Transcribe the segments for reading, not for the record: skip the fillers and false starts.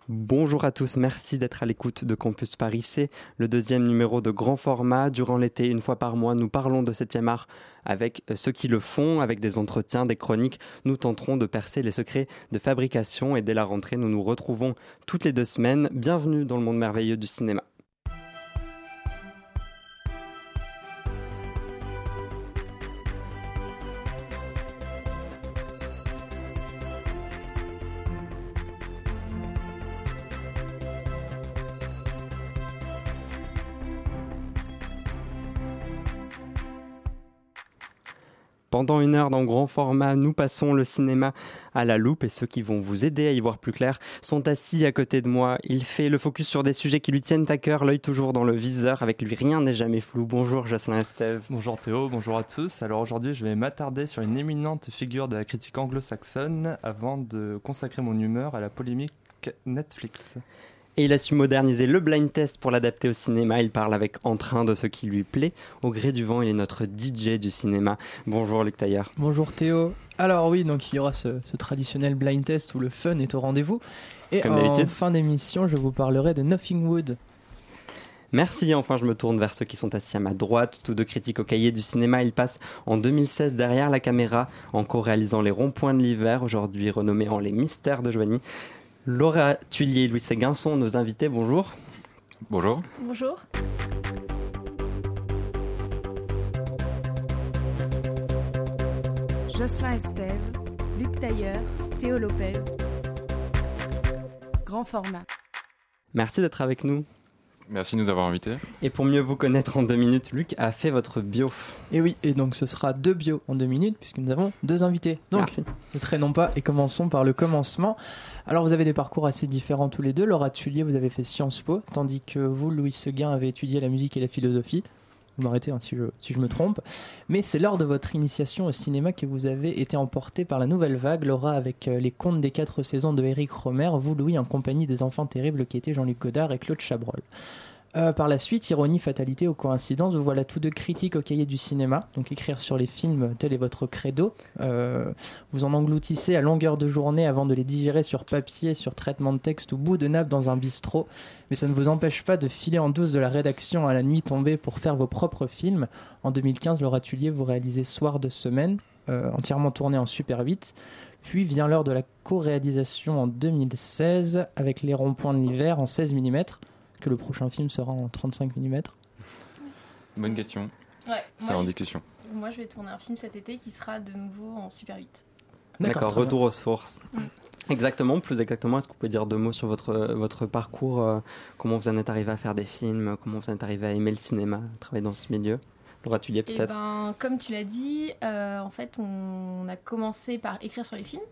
Bonjour à tous, merci d'être à l'écoute de Campus Paris. C'est le deuxième numéro de grand format. Durant l'été, une fois par mois, nous parlons de 7e art avec ceux qui le font, avec des entretiens, des chroniques. Nous tenterons de percer les secrets de fabrication et dès la rentrée, nous nous retrouvons toutes les 2 semaines. Bienvenue dans le monde merveilleux du cinéma. Pendant 1 heure dans grand format, nous passons le cinéma à la loupe et ceux qui vont vous aider à y voir plus clair sont assis à côté de moi. Il fait le focus sur des sujets qui lui tiennent à cœur, l'œil toujours dans le viseur. Avec lui, rien n'est jamais flou. Bonjour Jocelyn Estève. Bonjour Théo, bonjour à tous. Alors aujourd'hui, je vais m'attarder sur une éminente figure de la critique anglo-saxonne avant de consacrer mon humeur à la polémique Netflix. Et il a su moderniser le blind test pour l'adapter au cinéma. Il parle avec entrain de ce qui lui plaît. Au gré du vent, il est notre DJ du cinéma. Bonjour Luc Taillard. Bonjour Théo. Alors oui, donc il y aura ce traditionnel blind test où le fun est au rendez-vous. Et comme en d'habitude, fin d'émission, je vous parlerai de Nothing Wood. Merci, enfin je me tourne vers ceux qui sont assis à ma droite, tous deux critiques au cahier du cinéma. Ils passent en 2016 derrière la caméra en co-réalisant Les Ronds-Points de l'hiver, aujourd'hui renommés en Les Mystères de Joigny. Laura Thuillier et Louis Séguin sont nos invités. Bonjour. Bonjour. Bonjour. Jocelyn Estève, Luc Tailleur, Théo Lopez. Grand format. Merci d'être avec nous. Merci de nous avoir invités. Et pour mieux vous connaître en 2 minutes, Luc a fait votre bio. Et oui, et donc ce sera 2 bios en 2 minutes puisque nous avons 2 invités. Donc, merci. Ne traînons pas et commençons par le commencement. Alors vous avez des parcours assez différents tous les deux. Laura Thuillier, vous avez fait Sciences Po, tandis que vous, Louis Séguin, avez étudié la musique et la philosophie. Vous m'arrêtez si je me trompe. Mais c'est lors de votre initiation au cinéma que vous avez été emporté par la nouvelle vague. Laura avec Les Contes des 4 saisons de Éric Rohmer, vous, Louis, en compagnie des enfants terribles qui étaient Jean-Luc Godard et Claude Chabrol. Par la suite, ironie, fatalité ou coïncidence, vous voilà tous deux critiques au cahier du cinéma. Donc écrire sur les films, tel est votre credo. Vous en engloutissez à longueur de journée avant de les digérer sur papier, sur traitement de texte ou bout de nappe dans un bistrot. Mais ça ne vous empêche pas de filer en douce de la rédaction à la nuit tombée pour faire vos propres films. En 2015, Laura Thuillier, vous réalisez Soir de semaine, entièrement tourné en Super 8. Puis vient l'heure de la co-réalisation en 2016 avec Les Ronds-Points de l'hiver en 16 mm. Que le prochain film sera en 35 mm. Bonne question. Ouais, c'est en discussion. Moi, je vais tourner un film cet été qui sera de nouveau en Super 8. D'accord, retour aux sources. Exactement, plus exactement, est-ce que vous pouvez dire 2 mots sur votre parcours, comment vous en êtes arrivé à faire des films, comment vous en êtes arrivé à aimer le cinéma, travailler dans ce milieu? Laura Thuillier, peut-être. Comme tu l'as dit, en fait, on a commencé par écrire sur les films.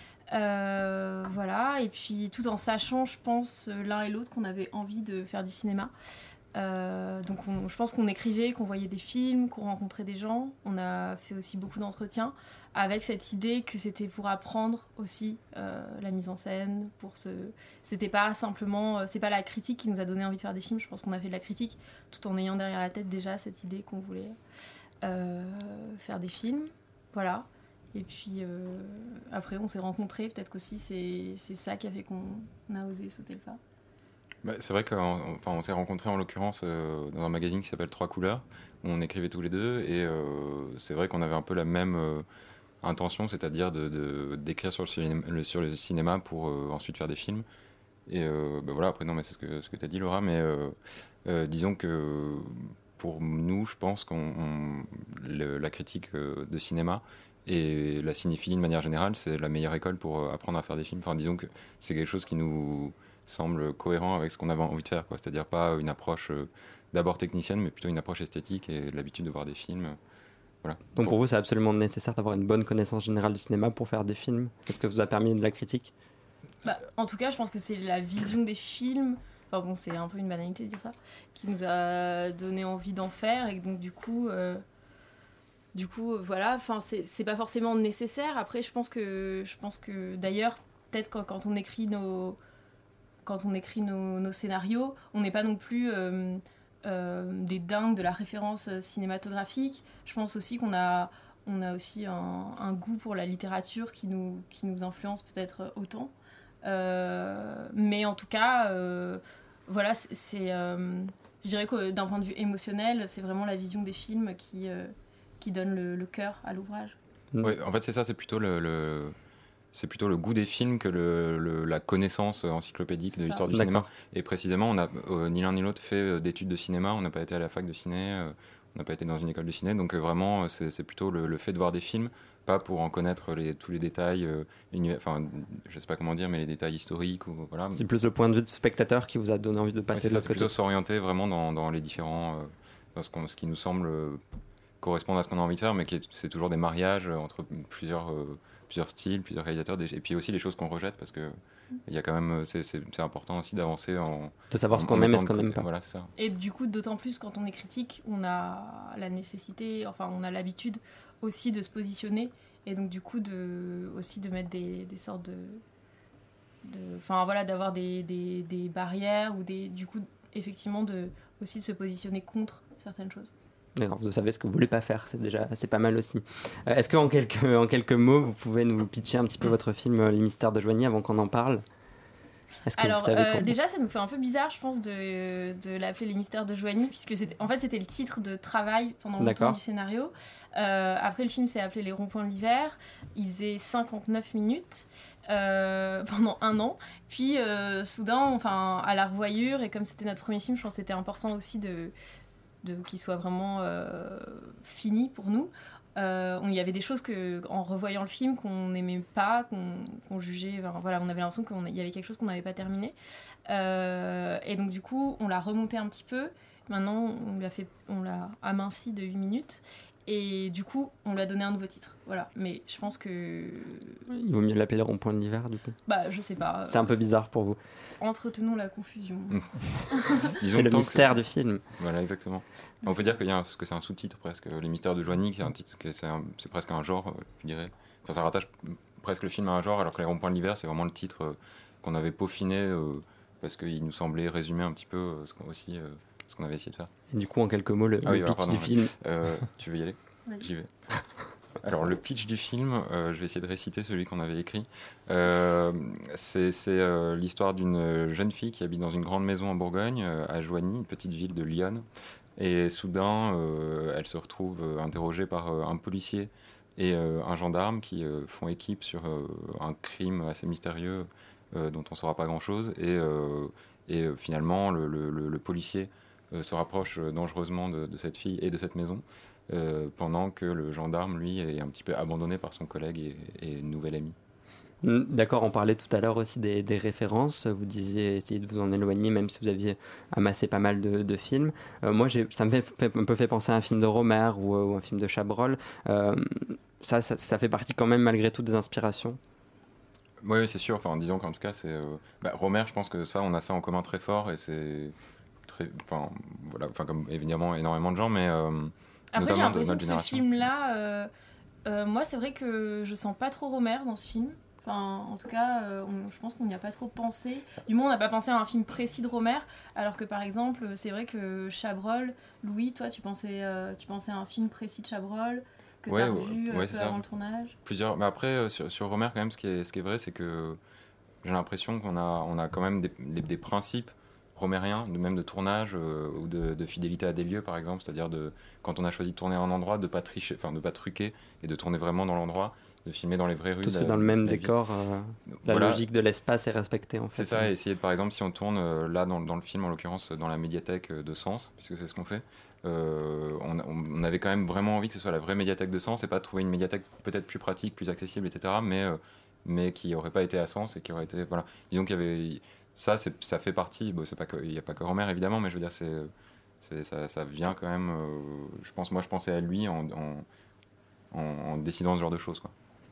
Voilà, et puis tout en sachant, je pense, l'un et l'autre qu'on avait envie de faire du cinéma. Donc je pense qu'on écrivait, qu'on voyait des films, qu'on rencontrait des gens. On a fait aussi beaucoup d'entretiens avec cette idée que c'était pour apprendre aussi la mise en scène. C'était pas simplement, c'est pas la critique qui nous a donné envie de faire des films. Je pense qu'on a fait de la critique tout en ayant derrière la tête déjà cette idée qu'on voulait faire des films. Voilà. Et puis après, on s'est rencontrés. Peut-être qu'aussi, c'est ça qui a fait qu'on a osé sauter le pas. C'est vrai qu'on s'est rencontrés en l'occurrence dans un magazine qui s'appelle 3 couleurs, où on écrivait tous les deux. Et c'est vrai qu'on avait un peu la même intention, c'est-à-dire d'écrire sur le cinéma pour ensuite faire des films. Et voilà, après, non, mais c'est ce que tu as dit, Laura. Mais disons que pour nous, je pense la critique de cinéma et la cinéphilie de manière générale, c'est la meilleure école pour apprendre à faire des films. Enfin, disons que c'est quelque chose qui nous semble cohérent avec ce qu'on avait envie de faire, quoi. C'est-à-dire pas une approche d'abord technicienne, mais plutôt une approche esthétique et l'habitude de voir des films. Voilà. Donc pour vous, c'est absolument nécessaire d'avoir une bonne connaissance générale du cinéma pour faire des films. Est-ce que vous a permis de la critique? En tout cas, je pense que c'est la vision des films, enfin bon, c'est un peu une banalité de dire ça, qui nous a donné envie d'en faire. Et donc du coup, voilà, enfin c'est pas forcément nécessaire. Après, je pense que d'ailleurs, peut-être quand on écrit nos scénarios, on n'est pas non plus des dingues de la référence cinématographique. Je pense aussi qu'on a aussi un goût pour la littérature qui nous influence peut-être autant. Mais en tout cas, voilà, je dirais que d'un point de vue émotionnel, c'est vraiment la vision des films qui donne le cœur à l'ouvrage. Oui, en fait, c'est ça, c'est plutôt c'est plutôt le goût des films que la connaissance encyclopédique de l'histoire du cinéma. Et précisément, on n'a ni l'un ni l'autre fait d'études de cinéma, on n'a pas été à la fac de ciné, on n'a pas été dans une école de ciné, donc vraiment, c'est plutôt le fait de voir des films, pas pour en connaître tous les détails, enfin, je sais pas comment dire, mais les détails historiques. Voilà. C'est plus le point de vue de spectateur qui vous a donné envie de passer de l'autre côté. C'est plutôt s'orienter vraiment dans les différents, dans ce qui nous semble correspondre à ce qu'on a envie de faire, mais c'est toujours des mariages entre plusieurs styles, plusieurs réalisateurs, et puis aussi les choses qu'on rejette, parce que il y a quand même, c'est important aussi d'avancer de savoir ce qu'on aime et ce qu'on n'aime pas. Voilà, c'est ça. Et du coup, d'autant plus quand on est critique, on a la nécessité, enfin on a l'habitude aussi de se positionner, et donc du coup aussi de mettre des sortes enfin voilà, d'avoir des barrières, ou du coup effectivement aussi de se positionner contre certaines choses. D'accord, vous savez ce que vous voulez pas faire, c'est pas mal aussi. Est-ce qu'en quelques mots, vous pouvez nous pitcher un petit peu votre film Les Mystères de Joigny avant qu'on en parle ? Alors, déjà, ça nous fait un peu bizarre, je pense, de l'appeler Les Mystères de Joigny, puisque c'était le titre de travail pendant longtemps du scénario. Après, le film s'est appelé Les Ronds-Points de l'hiver. Il faisait 59 minutes pendant 1 an. Puis, soudain, enfin, à la revoyure, et comme c'était notre premier film, je pense que c'était important aussi qu'il soit vraiment fini pour nous. Il y avait des choses en revoyant le film qu'on n'aimait pas, qu'on jugeait. Enfin, voilà, on avait l'impression qu'il y avait quelque chose qu'on n'avait pas terminé. Et donc du coup, on l'a remonté un petit peu. Maintenant, on l'a aminci de 8 minutes. Et du coup, on lui a donné un nouveau titre. Voilà. Mais je pense que... Il vaut mieux l'appeler Rond-Point de l'hiver, du coup. Bah, je sais pas. C'est un peu bizarre pour vous. Entretenons la confusion. C'est le mystère du film. Voilà, exactement. On peut dire que c'est un sous-titre presque. Les Mystères de Joigny, c'est un titre, c'est presque un genre, je dirais. Enfin, ça rattache presque le film à un genre, alors que Les Ronds-Points de l'hiver, c'est vraiment le titre qu'on avait peaufiné parce qu'il nous semblait résumer un petit peu ce qu'on avait essayé de faire. Et du coup, en quelques mots, le pitch du film. Tu veux y aller ? Vas-y. J'y vais. Alors, le pitch du film, je vais essayer de réciter celui qu'on avait écrit. C'est l'histoire d'une jeune fille qui habite dans une grande maison en Bourgogne, à Joigny, une petite ville de Lyon. Et soudain, elle se retrouve interrogée par un policier et un gendarme qui font équipe sur un crime assez mystérieux dont on ne saura pas grand-chose. Et finalement, le policier se rapproche dangereusement de cette fille et de cette maison, pendant que le gendarme, lui, est un petit peu abandonné par son collègue et une nouvelle amie. D'accord, on parlait tout à l'heure aussi des références. Vous disiez essayer de vous en éloigner, même si vous aviez amassé pas mal de films. Moi, ça me fait un peu penser à un film de Romer ou un film de Chabrol. Ça fait partie quand même malgré tout des inspirations. Oui, c'est sûr. Enfin, disons qu'en tout cas, c'est Romer. Je pense que ça, on a ça en commun très fort, et c'est très, enfin voilà, enfin comme évidemment énormément de gens, mais après j'ai l'impression de que ce film-là, moi c'est vrai que je sens pas trop Romer dans ce film. Enfin, en tout cas, je pense qu'on n'y a pas trop pensé. Du moins, on n'a pas pensé à un film précis de Romer, alors que par exemple, c'est vrai que Chabrol, Louis, toi, tu pensais à un film précis de Chabrol que tu as revu peu avant le tournage. Plusieurs. Mais après, sur Romer, quand même, ce qui est vrai, c'est que j'ai l'impression qu'on a quand même des principes romériens, même de tournage ou de fidélité à des lieux, par exemple. C'est-à-dire quand on a choisi de tourner à un endroit, de pas tricher, enfin de pas truquer, et de tourner vraiment dans l'endroit, de filmer dans les vraies rues. Tout se fait dans le même décor. La logique de l'espace est respectée, en fait. C'est ça, et essayer, par exemple, si on tourne là dans le film, en l'occurrence dans la médiathèque de Sens, puisque c'est ce qu'on fait, on avait quand même vraiment envie que ce soit la vraie médiathèque de Sens, et pas trouver une médiathèque peut-être plus pratique, plus accessible, etc., mais qui n'aurait pas été à Sens, et qui aurait été... Voilà. Disons qu'il y avait... Ça fait partie... Bon, il n'y a pas que Romer, évidemment, mais je veux dire, ça vient quand même... je pensais à lui en décidant ce genre de choses, quoi.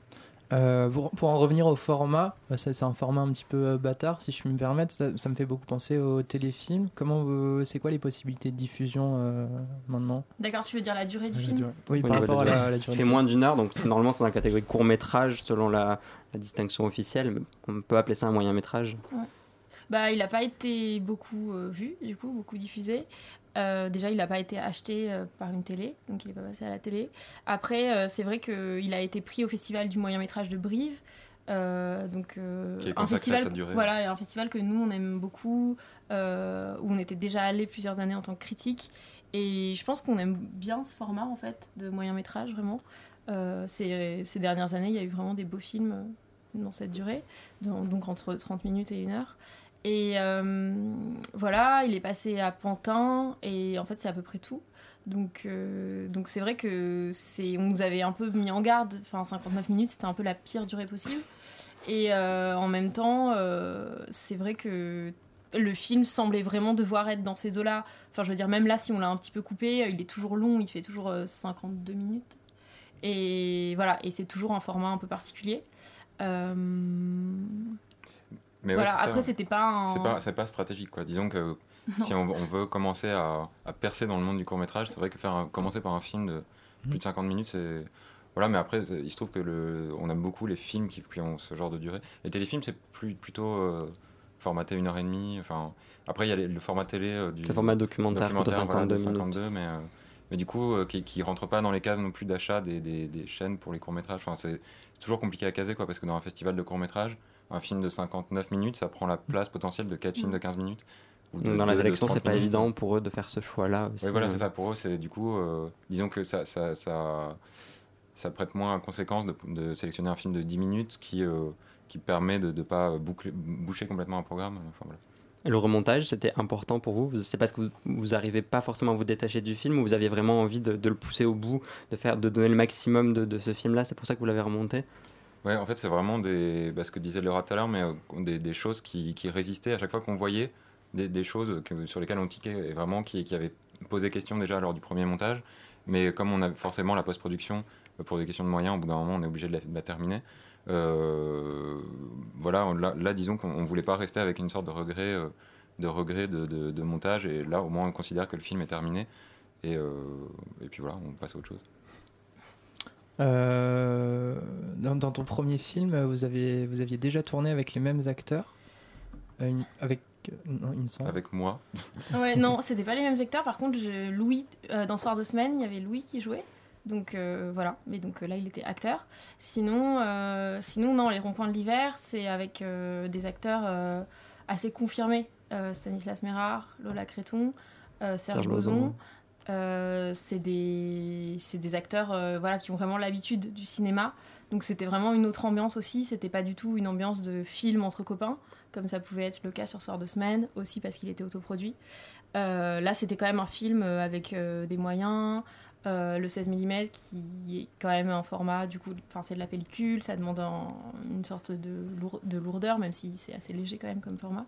Pour en revenir au format, c'est un format un petit peu bâtard, si je puis me permettre. Ça me fait beaucoup penser au téléfilm. C'est quoi les possibilités de diffusion maintenant ? D'accord, tu veux dire la durée du film ? Oui, par rapport à la durée. Il fait moins d'1 heure, donc normalement c'est dans la catégorie court-métrage selon la distinction officielle. Mais on peut appeler ça un moyen-métrage. Ouais. Bah, il n'a pas été beaucoup vu, du coup, beaucoup diffusé. Déjà, il n'a pas été acheté par une télé, donc il n'est pas passé à la télé. Après, c'est vrai qu'il a été pris au Festival du moyen-métrage de Brive. Qui est consacré à cette durée. Voilà, un festival que nous on aime beaucoup, où on était déjà allé plusieurs années en tant que critique. Et je pense qu'on aime bien ce format en fait de moyen métrage vraiment. Ces dernières années, il y a eu vraiment des beaux films dans cette durée, donc entre 30 minutes et 1 heure. Et voilà, il est passé à Pantin et en fait c'est à peu près tout. Donc c'est vrai que on nous avait un peu mis en garde. Enfin 59 minutes, c'était un peu la pire durée possible. Et en même temps, c'est vrai que le film semblait vraiment devoir être dans ces eaux-là. Enfin, je veux dire, même là, si on l'a un petit peu coupé, il est toujours long, il fait toujours 52 minutes. Et voilà, et c'est toujours un format un peu particulier. Mais voilà, ouais, après, c'était pas c'est pas stratégique, quoi. Disons que si on veut commencer à percer dans le monde du court-métrage, c'est vrai que commencer par un film de plus de 50 minutes, c'est... Voilà, mais après, il se trouve que on aime beaucoup les films qui ont ce genre de durée. Les téléfilms, c'est plutôt formaté 1h30. Enfin, après, il y a le format télé c'est le format documentaire de 52 minutes. Mais du coup, qui rentre pas dans les cases non plus d'achat des chaînes pour les courts-métrages. Enfin, c'est toujours compliqué à caser, quoi, parce que dans un festival de courts-métrages, un film de 59 minutes, ça prend la place potentielle de 4 films de 15 minutes. Donc dans la sélection, c'est pas évident pour eux de faire ce choix-là aussi. Oui, voilà, c'est ça. Pour eux, c'est du coup, disons que ça prête moins à conséquence de sélectionner un film de 10 minutes qui permet de ne pas boucher complètement un programme. Enfin, voilà. Et le remontage, c'était important pour vous? C'est parce que vous n'arrivez pas forcément à vous détacher du film, ou vous aviez vraiment envie de le pousser au bout, de donner le maximum de ce film-là? C'est pour ça que vous l'avez remonté? Ouais, en fait, c'est vraiment ce que disait Laura tout à l'heure, mais des choses qui résistaient à chaque fois qu'on voyait, des choses sur lesquelles on tiquait, et vraiment qui avaient posé question déjà lors du premier montage. Mais comme on a forcément la post-production, pour des questions de moyens, au bout d'un moment, on est obligé de la terminer. Voilà, là, disons qu'on ne voulait pas rester avec une sorte de regret de montage, et là, au moins, on considère que le film est terminé. Et puis voilà, on passe à autre chose. Dans ton premier film, vous aviez déjà tourné avec les mêmes acteurs, avec moi. Ouais, non, c'était pas les mêmes acteurs. Par contre, Louis, dans Soir de semaine, il y avait Louis qui jouait. Donc voilà, mais donc là il était acteur. Sinon non, les ronds-points de l'hiver, c'est avec des acteurs assez confirmés. Stanislas Mérard, Lola Créton, Serge Bozon. C'est des acteurs voilà, qui ont vraiment l'habitude du cinéma. Donc c'était vraiment une autre ambiance aussi. C'était pas du tout une ambiance de film entre copains, comme ça pouvait être le cas sur Soir de semaine, aussi parce qu'il était autoproduit. Là c'était quand même un film avec des moyens. Le 16 mm qui est quand même un format, du coup, c'est de la pellicule, ça demande une sorte de lourdeur, même si c'est assez léger quand même comme format.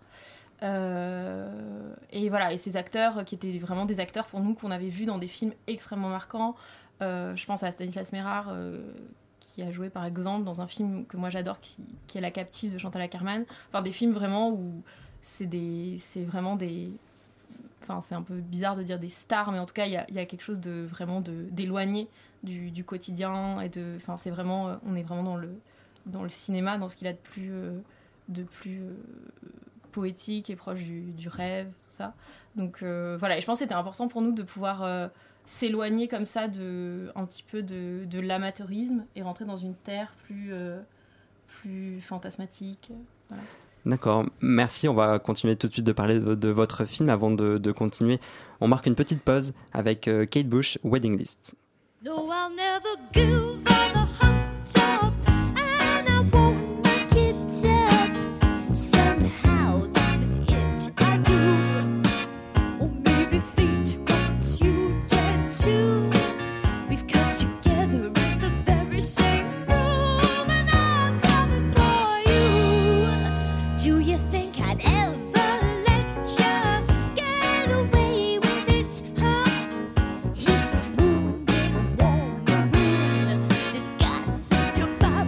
Et voilà, et ces acteurs qui étaient vraiment des acteurs pour nous qu'on avait vus dans des films extrêmement marquants. Je pense à Stanislas Mérard qui a joué par exemple dans un film que moi j'adore qui est La Captive de Chantal Akerman. Enfin des films vraiment où c'est vraiment des... Enfin, c'est un peu bizarre de dire des stars, mais en tout cas, il y a quelque chose de vraiment d'éloigné du quotidien. C'est vraiment, on est vraiment dans le cinéma, dans ce qu'il a de plus poétique et proche du rêve, tout ça. Donc voilà, et je pense que c'était important pour nous de pouvoir s'éloigner comme ça un petit peu de l'amateurisme et rentrer dans une terre plus fantasmatique. Voilà. D'accord, merci. On va continuer tout de suite de parler de votre film. Avant de continuer, on marque une petite pause avec Kate Bush, Wedding List. No, I'll never give all the hot top, and I won't make it up. Somehow this was it, I knew. Or maybe fate wants you dead too. We've come together in the very same room, and I'm coming for you. Do you think I'd ever let you get away with it, huh? He's wounded, warm maroon. This gas in your body.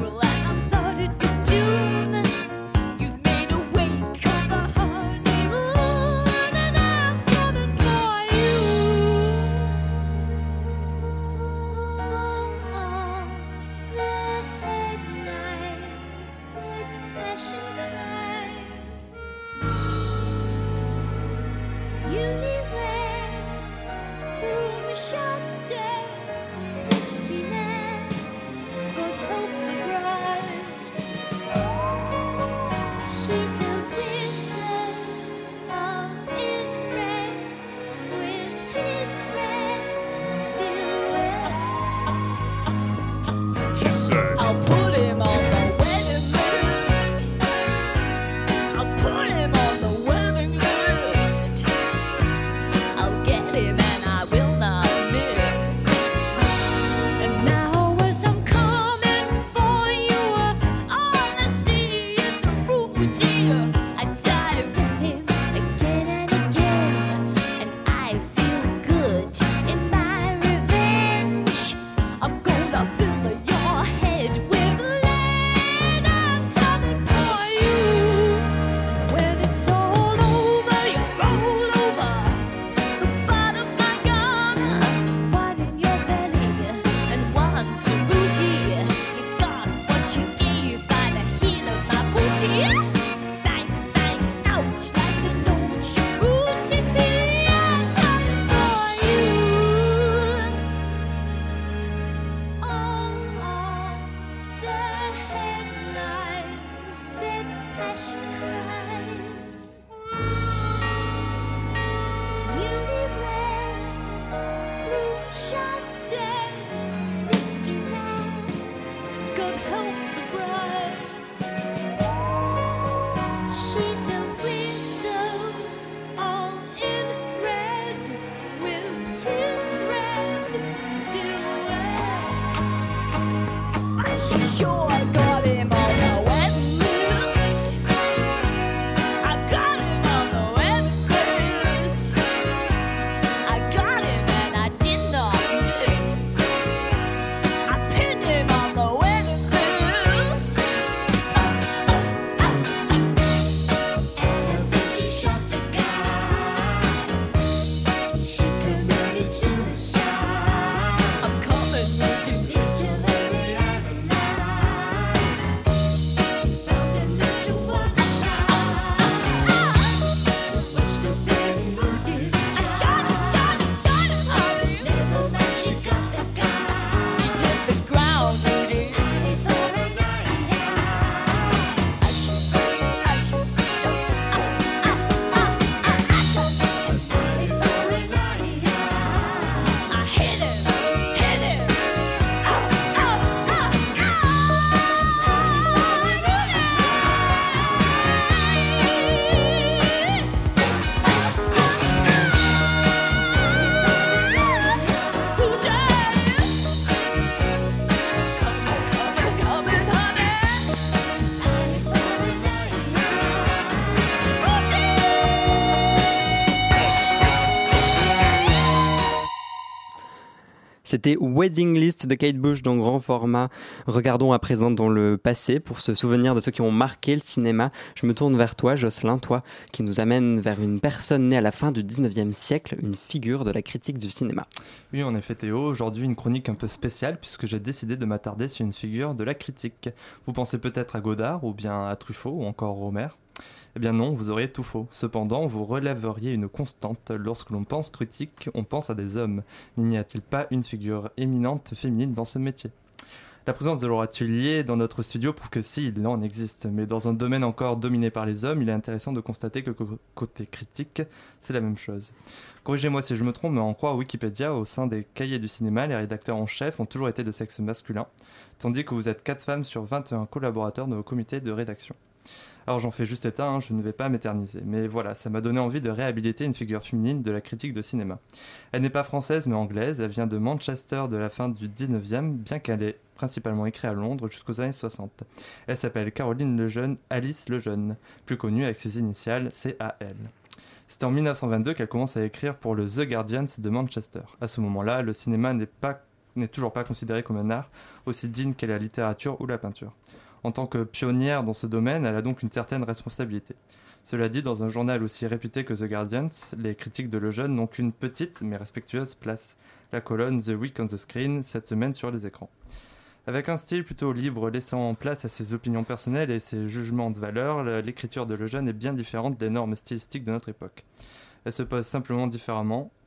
C'était Wedding List de Kate Bush dans grand format. Regardons à présent dans le passé pour se souvenir de ceux qui ont marqué le cinéma. Je me tourne vers toi, Jocelyn, toi qui nous amène vers une personne née à la fin du 19e siècle, une figure de la critique du cinéma. Oui, en effet Théo, aujourd'hui une chronique un peu spéciale puisque j'ai décidé de m'attarder sur une figure de la critique. Vous pensez peut-être à Godard ou bien à Truffaut ou encore Romer ? Eh bien non, vous auriez tout faux. Cependant, vous relèveriez une constante. Lorsque l'on pense critique, on pense à des hommes. N'y a-t-il pas une figure éminente féminine dans ce métier ? La présence de Laura Thuillier dans notre studio prouve que si, il en existe. Mais dans un domaine encore dominé par les hommes, il est intéressant de constater que côté critique, c'est la même chose. Corrigez-moi si je me trompe, mais en croire Wikipédia, au sein des cahiers du cinéma, les rédacteurs en chef ont toujours été de sexe masculin, tandis que vous êtes 4 femmes sur 21 collaborateurs de vos comités de rédaction. Alors j'en fais juste état, je ne vais pas m'éterniser. Mais voilà, ça m'a donné envie de réhabiliter une figure féminine de la critique de cinéma. Elle n'est pas française mais anglaise, elle vient de Manchester de la fin du 19e, bien qu'elle ait principalement écrit à Londres jusqu'aux années 60. Elle s'appelle Caroline Lejeune, Alice Lejeune, plus connue avec ses initiales CAL. C'est en 1922 qu'elle commence à écrire pour le The Guardian de Manchester. À ce moment-là, le cinéma n'est toujours pas considéré comme un art aussi digne qu'est la littérature ou la peinture. En tant que pionnière dans ce domaine, elle a donc une certaine responsabilité. Cela dit, dans un journal aussi réputé que The Guardian, les critiques de Lejeune n'ont qu'une petite mais respectueuse place. La colonne The Week on the Screen, cette semaine sur les écrans. Avec un style plutôt libre, laissant place à ses opinions personnelles et ses jugements de valeur, l'écriture de Lejeune est bien différente des normes stylistiques de notre époque. Elle se pose simplement différemment.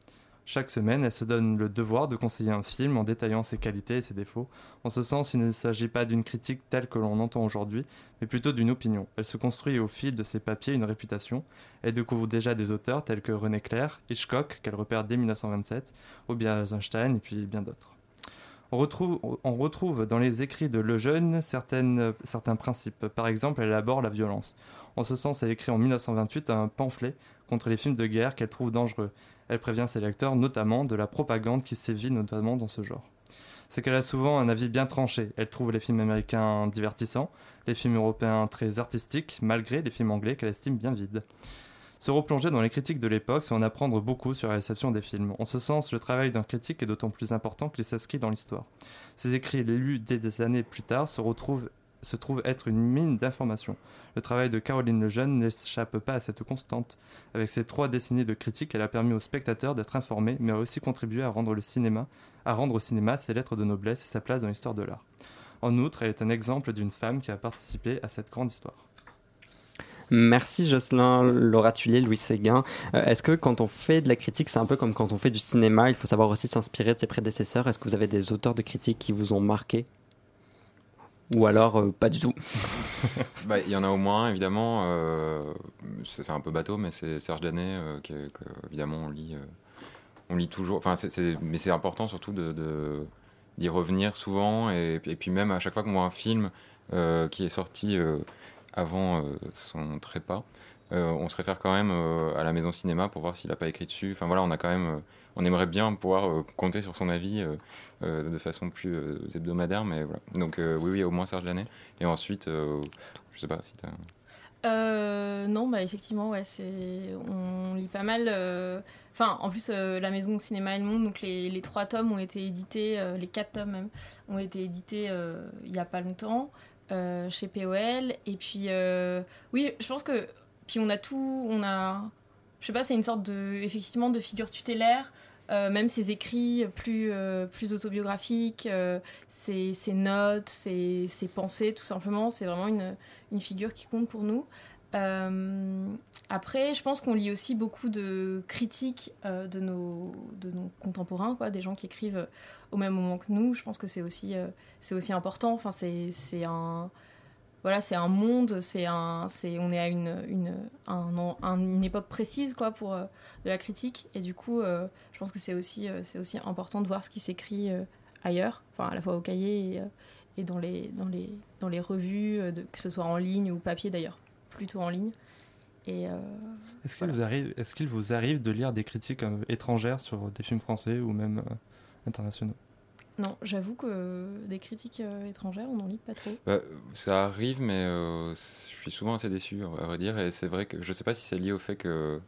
Chaque semaine, elle se donne le devoir de conseiller un film en détaillant ses qualités et ses défauts. En ce sens, il ne s'agit pas d'une critique telle que l'on entend aujourd'hui, mais plutôt d'une opinion. Elle se construit au fil de ses papiers une réputation. Elle découvre déjà des auteurs tels que René Clair, Hitchcock, qu'elle repère dès 1927, ou bien Eisenstein, et puis bien d'autres. On retrouve dans les écrits de Lejeune certains principes. Par exemple, elle aborde la violence. En ce sens, elle écrit en 1928 un pamphlet contre les films de guerre qu'elle trouve dangereux. Elle prévient ses lecteurs notamment de la propagande qui sévit notamment dans ce genre. C'est qu'elle a souvent un avis bien tranché. Elle trouve les films américains divertissants, les films européens très artistiques, malgré les films anglais qu'elle estime bien vides. Se replonger dans les critiques de l'époque, c'est en apprendre beaucoup sur la réception des films. En ce sens, le travail d'un critique est d'autant plus important qu'il s'inscrit dans l'histoire. Ses écrits lus des années plus tard se trouve être une mine d'informations. Le travail de Caroline Lejeune n'échappe pas à cette constante. Avec ses 3 décennies de critique, elle a permis aux spectateurs d'être informés, mais a aussi contribué à rendre au cinéma ses lettres de noblesse et sa place dans l'histoire de l'art. En outre, elle est un exemple d'une femme qui a participé à cette grande histoire. Merci Jocelyn, Laura Thuillier, Louis Séguin. Est-ce que quand on fait de la critique, c'est un peu comme quand on fait du cinéma, il faut savoir aussi s'inspirer de ses prédécesseurs? Est-ce que vous avez des auteurs de critiques qui vous ont marqué? Ou alors pas du tout? Il y en a au moins, évidemment. C'est un peu bateau, mais c'est Serge Danet que évidemment on lit toujours. Enfin, mais c'est important surtout d'y revenir souvent et puis même à chaque fois qu'on voit un film qui est sorti avant son trépas, on se réfère quand même à la maison cinéma pour voir s'il n'a pas écrit dessus. Enfin voilà, on aimerait bien pouvoir compter sur son avis de façon plus hebdomadaire, mais voilà. Donc oui, au moins Serge Danet. Et ensuite, je sais pas si t'as... Non, effectivement, ouais, on lit pas mal. En plus, la maison Cinéma et le Monde, donc les 3 tomes ont été édités, les 4 tomes même, ont été édités il y a pas longtemps chez POL. Et puis, oui, je pense que puis on a, je sais pas, c'est une sorte effectivement de figure tutélaire. Même ses écrits plus autobiographiques, ses notes, ses pensées, tout simplement, c'est vraiment une figure qui compte pour nous. Après, je pense qu'on lit aussi beaucoup de critiques de nos contemporains, quoi, des gens qui écrivent au même moment que nous. Je pense que c'est aussi important. Enfin, c'est un monde, on est à une époque précise, quoi, pour de la critique. Et du coup, je pense que c'est aussi important de voir ce qui s'écrit ailleurs, à la fois au cahier et dans les revues, que ce soit en ligne ou papier d'ailleurs, plutôt en ligne. Et Est-ce qu'il vous arrive de lire des critiques étrangères sur des films français ou même internationaux? Non, j'avoue que des critiques étrangères, on n'en lit pas trop. Ça arrive, mais je suis souvent assez déçu, à vrai dire. Et c'est vrai que je ne sais pas si c'est lié au fait que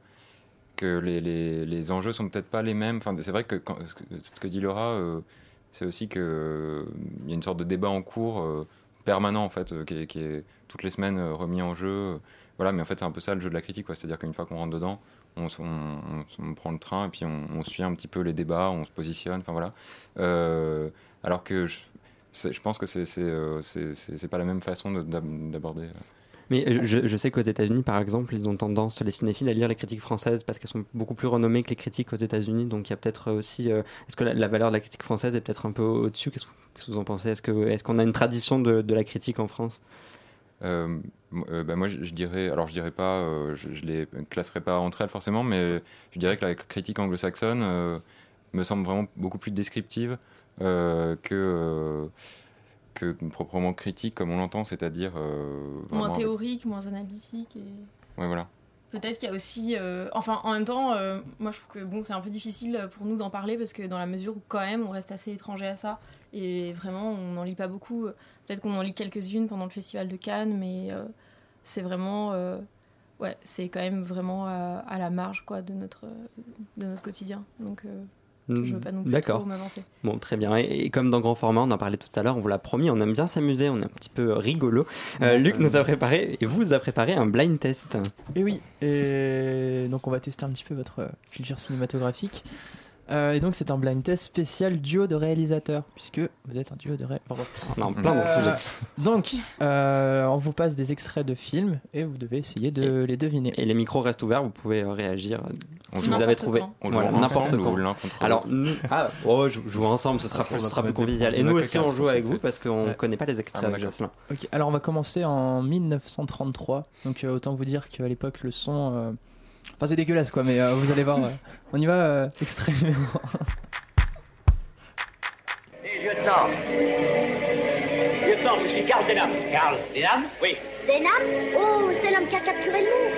les enjeux sont peut-être pas les mêmes. Enfin, c'est vrai que ce que dit Laura, c'est aussi qu'il y a une sorte de débat en cours permanent, en fait, qui est toutes les semaines remis en jeu. Voilà, mais en fait, c'est un peu ça le jeu de la critique, quoi. C'est-à-dire qu'une fois qu'on rentre dedans, on prend le train et puis on suit un petit peu les débats, on se positionne, enfin voilà. Alors que je pense que c'est pas la même façon d'aborder. Mais je sais qu'aux États-Unis, par exemple, ils ont tendance, les cinéphiles, à lire les critiques françaises parce qu'elles sont beaucoup plus renommées que les critiques aux États-Unis. Donc il y a peut-être aussi. Est-ce que la valeur de la critique française est peut-être un peu au-dessus? Qu'est-ce que vous en pensez? Est-ce qu'on a une tradition de la critique en France? Moi je dirais pas, je les classerai pas entre elles forcément, mais je dirais que la critique anglo-saxonne me semble vraiment beaucoup plus descriptive que proprement critique comme on l'entend, c'est-à-dire moins théorique, moins analytique. Et... Ouais, voilà. Peut-être qu'il y a aussi... en même temps, moi je trouve que c'est un peu difficile pour nous d'en parler parce que dans la mesure où quand même on reste assez étranger à ça et vraiment on n'en lit pas beaucoup. Peut-être qu'on en lit quelques-unes pendant le festival de Cannes, mais c'est vraiment... c'est quand même vraiment à la marge, quoi, de notre quotidien. Donc... je veux pas non plus trop m'avancer. Bon, très bien. Et comme dans Grand Format, on en parlait tout à l'heure, on vous l'a promis, on aime bien s'amuser, on est un petit peu rigolo. Luc nous a préparé, et vous a préparé un blind test. Et oui, et donc on va tester un petit peu votre culture cinématographique. Et donc c'est un blind test spécial duo de réalisateurs, puisque vous êtes un duo de réalisateurs. On est en plein dans le sujet. Donc, on vous passe des extraits de films et vous devez essayer de les deviner. Et les micros restent ouverts, vous pouvez réagir si joue vous avez trouvé. quand. On Voilà, joue n'importe ensemble quand. ou l'un contre Alors, l'autre. nous, joue ensemble, ce sera plus convivial. Et nous aussi, on joue avec vous parce qu'on ne connaît pas les extraits avec Jocelyn. Ok, alors on va commencer en 1933. Donc autant vous dire qu'à l'époque le son, enfin c'est dégueulasse quoi, mais vous allez voir. On y va, extrait numéro 1. Lieutenant. Lieutenant, je suis Karl Denham. Karl Denham? Oui. Denham? Oh, c'est l'homme qui a capturé le loup.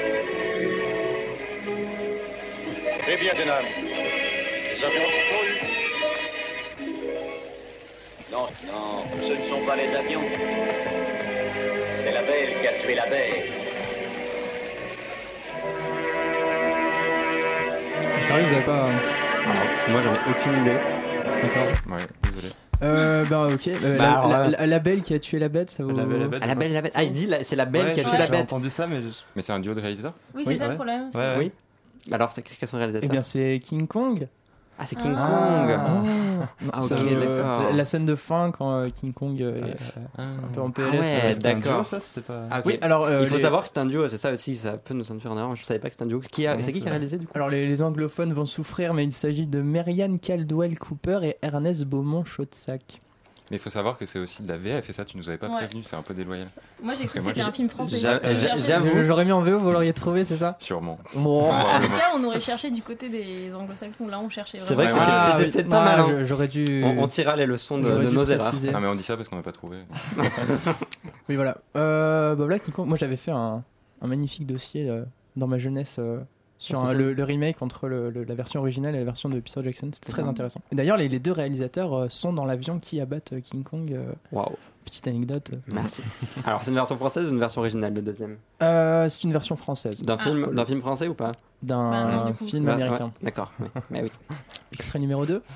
Eh bien, Denham. Les avions sont Non, non, ce ne sont pas les avions. C'est la belle qui a tué la belle. Sérieux, vous avez pas. Moi, j'en ai aucune idée. D'accord. Ouais, désolé. Bah ok. alors, la belle qui a tué la bête, ça vous. La Belle et la Bête. Ah, la belle et la bête. Ah, il dit c'est la belle qui a tué la J'ai bête. entendu ça, mais. Mais c'est un duo de réalisateurs? Oui, c'est ça ouais. le problème. c'est- Ouais. Oui. Alors, quels sont les Eh réalisateurs? bien c'est King Kong. Ah, c'est King Ah. Kong. Ah, ok, d'accord. La scène de fin quand King Kong est un peu en PLS. Ah ouais, C'était un duo, d'accord. ça, c'était pas. Ah, ok. Oui, alors Il faut les- savoir que c'est un duo, c'est ça aussi, ça peut nous induire en erreur. Je savais pas que c'était un duo. C'est qui a réalisé du coup? Alors les anglophones vont souffrir, mais il s'agit de Marianne Caldwell Cooper et Ernest Beaumont-Chautzac. Mais il faut savoir que c'est aussi de la VF et ça, tu nous avais pas Ouais. prévenu, c'est un peu déloyal. Moi, j'ai cru que Moi, c'était un film français. J'avoue. J'aurais mis en VO, vous l'auriez trouvé, c'est ça? Sûrement. Bon. En tout cas, on aurait cherché du côté des anglo-saxons. Là, on cherchait C'est vraiment. vrai que Ouais, c'était peut-être pas mal. Hein. J'aurais dû. On tirera les leçons de j'aurais dû nos erreurs. préciser. Non, mais on dit ça parce qu'on n'a pas trouvé. Oui, voilà. Bah voilà, King Kong. Moi, j'avais fait un magnifique dossier dans ma jeunesse sur Sur ce film. le remake entre la version originale et la version de Peter Jackson. C'était très Mhm. intéressant. Et d'ailleurs, les deux réalisateurs sont dans l'avion qui abattent King Kong. Waouh, Petite anecdote. merci. Alors, c'est une version française ou une version originale, le deuxième? C'est une version française D'un film français ou pas? Bah non, d'un du coup. film Ouais, américain. ouais, d'accord, oui. Mais oui. Extrait numéro 2.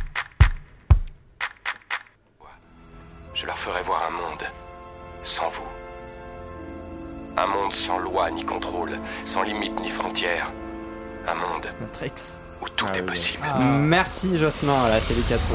Je leur ferai voir un monde sans vous. Un monde sans loi ni contrôle, sans limite ni frontières. Un monde Matrix. où tout Ah est oui. possible. Merci Jocelyn, voilà, c'est lui qui a trouvé.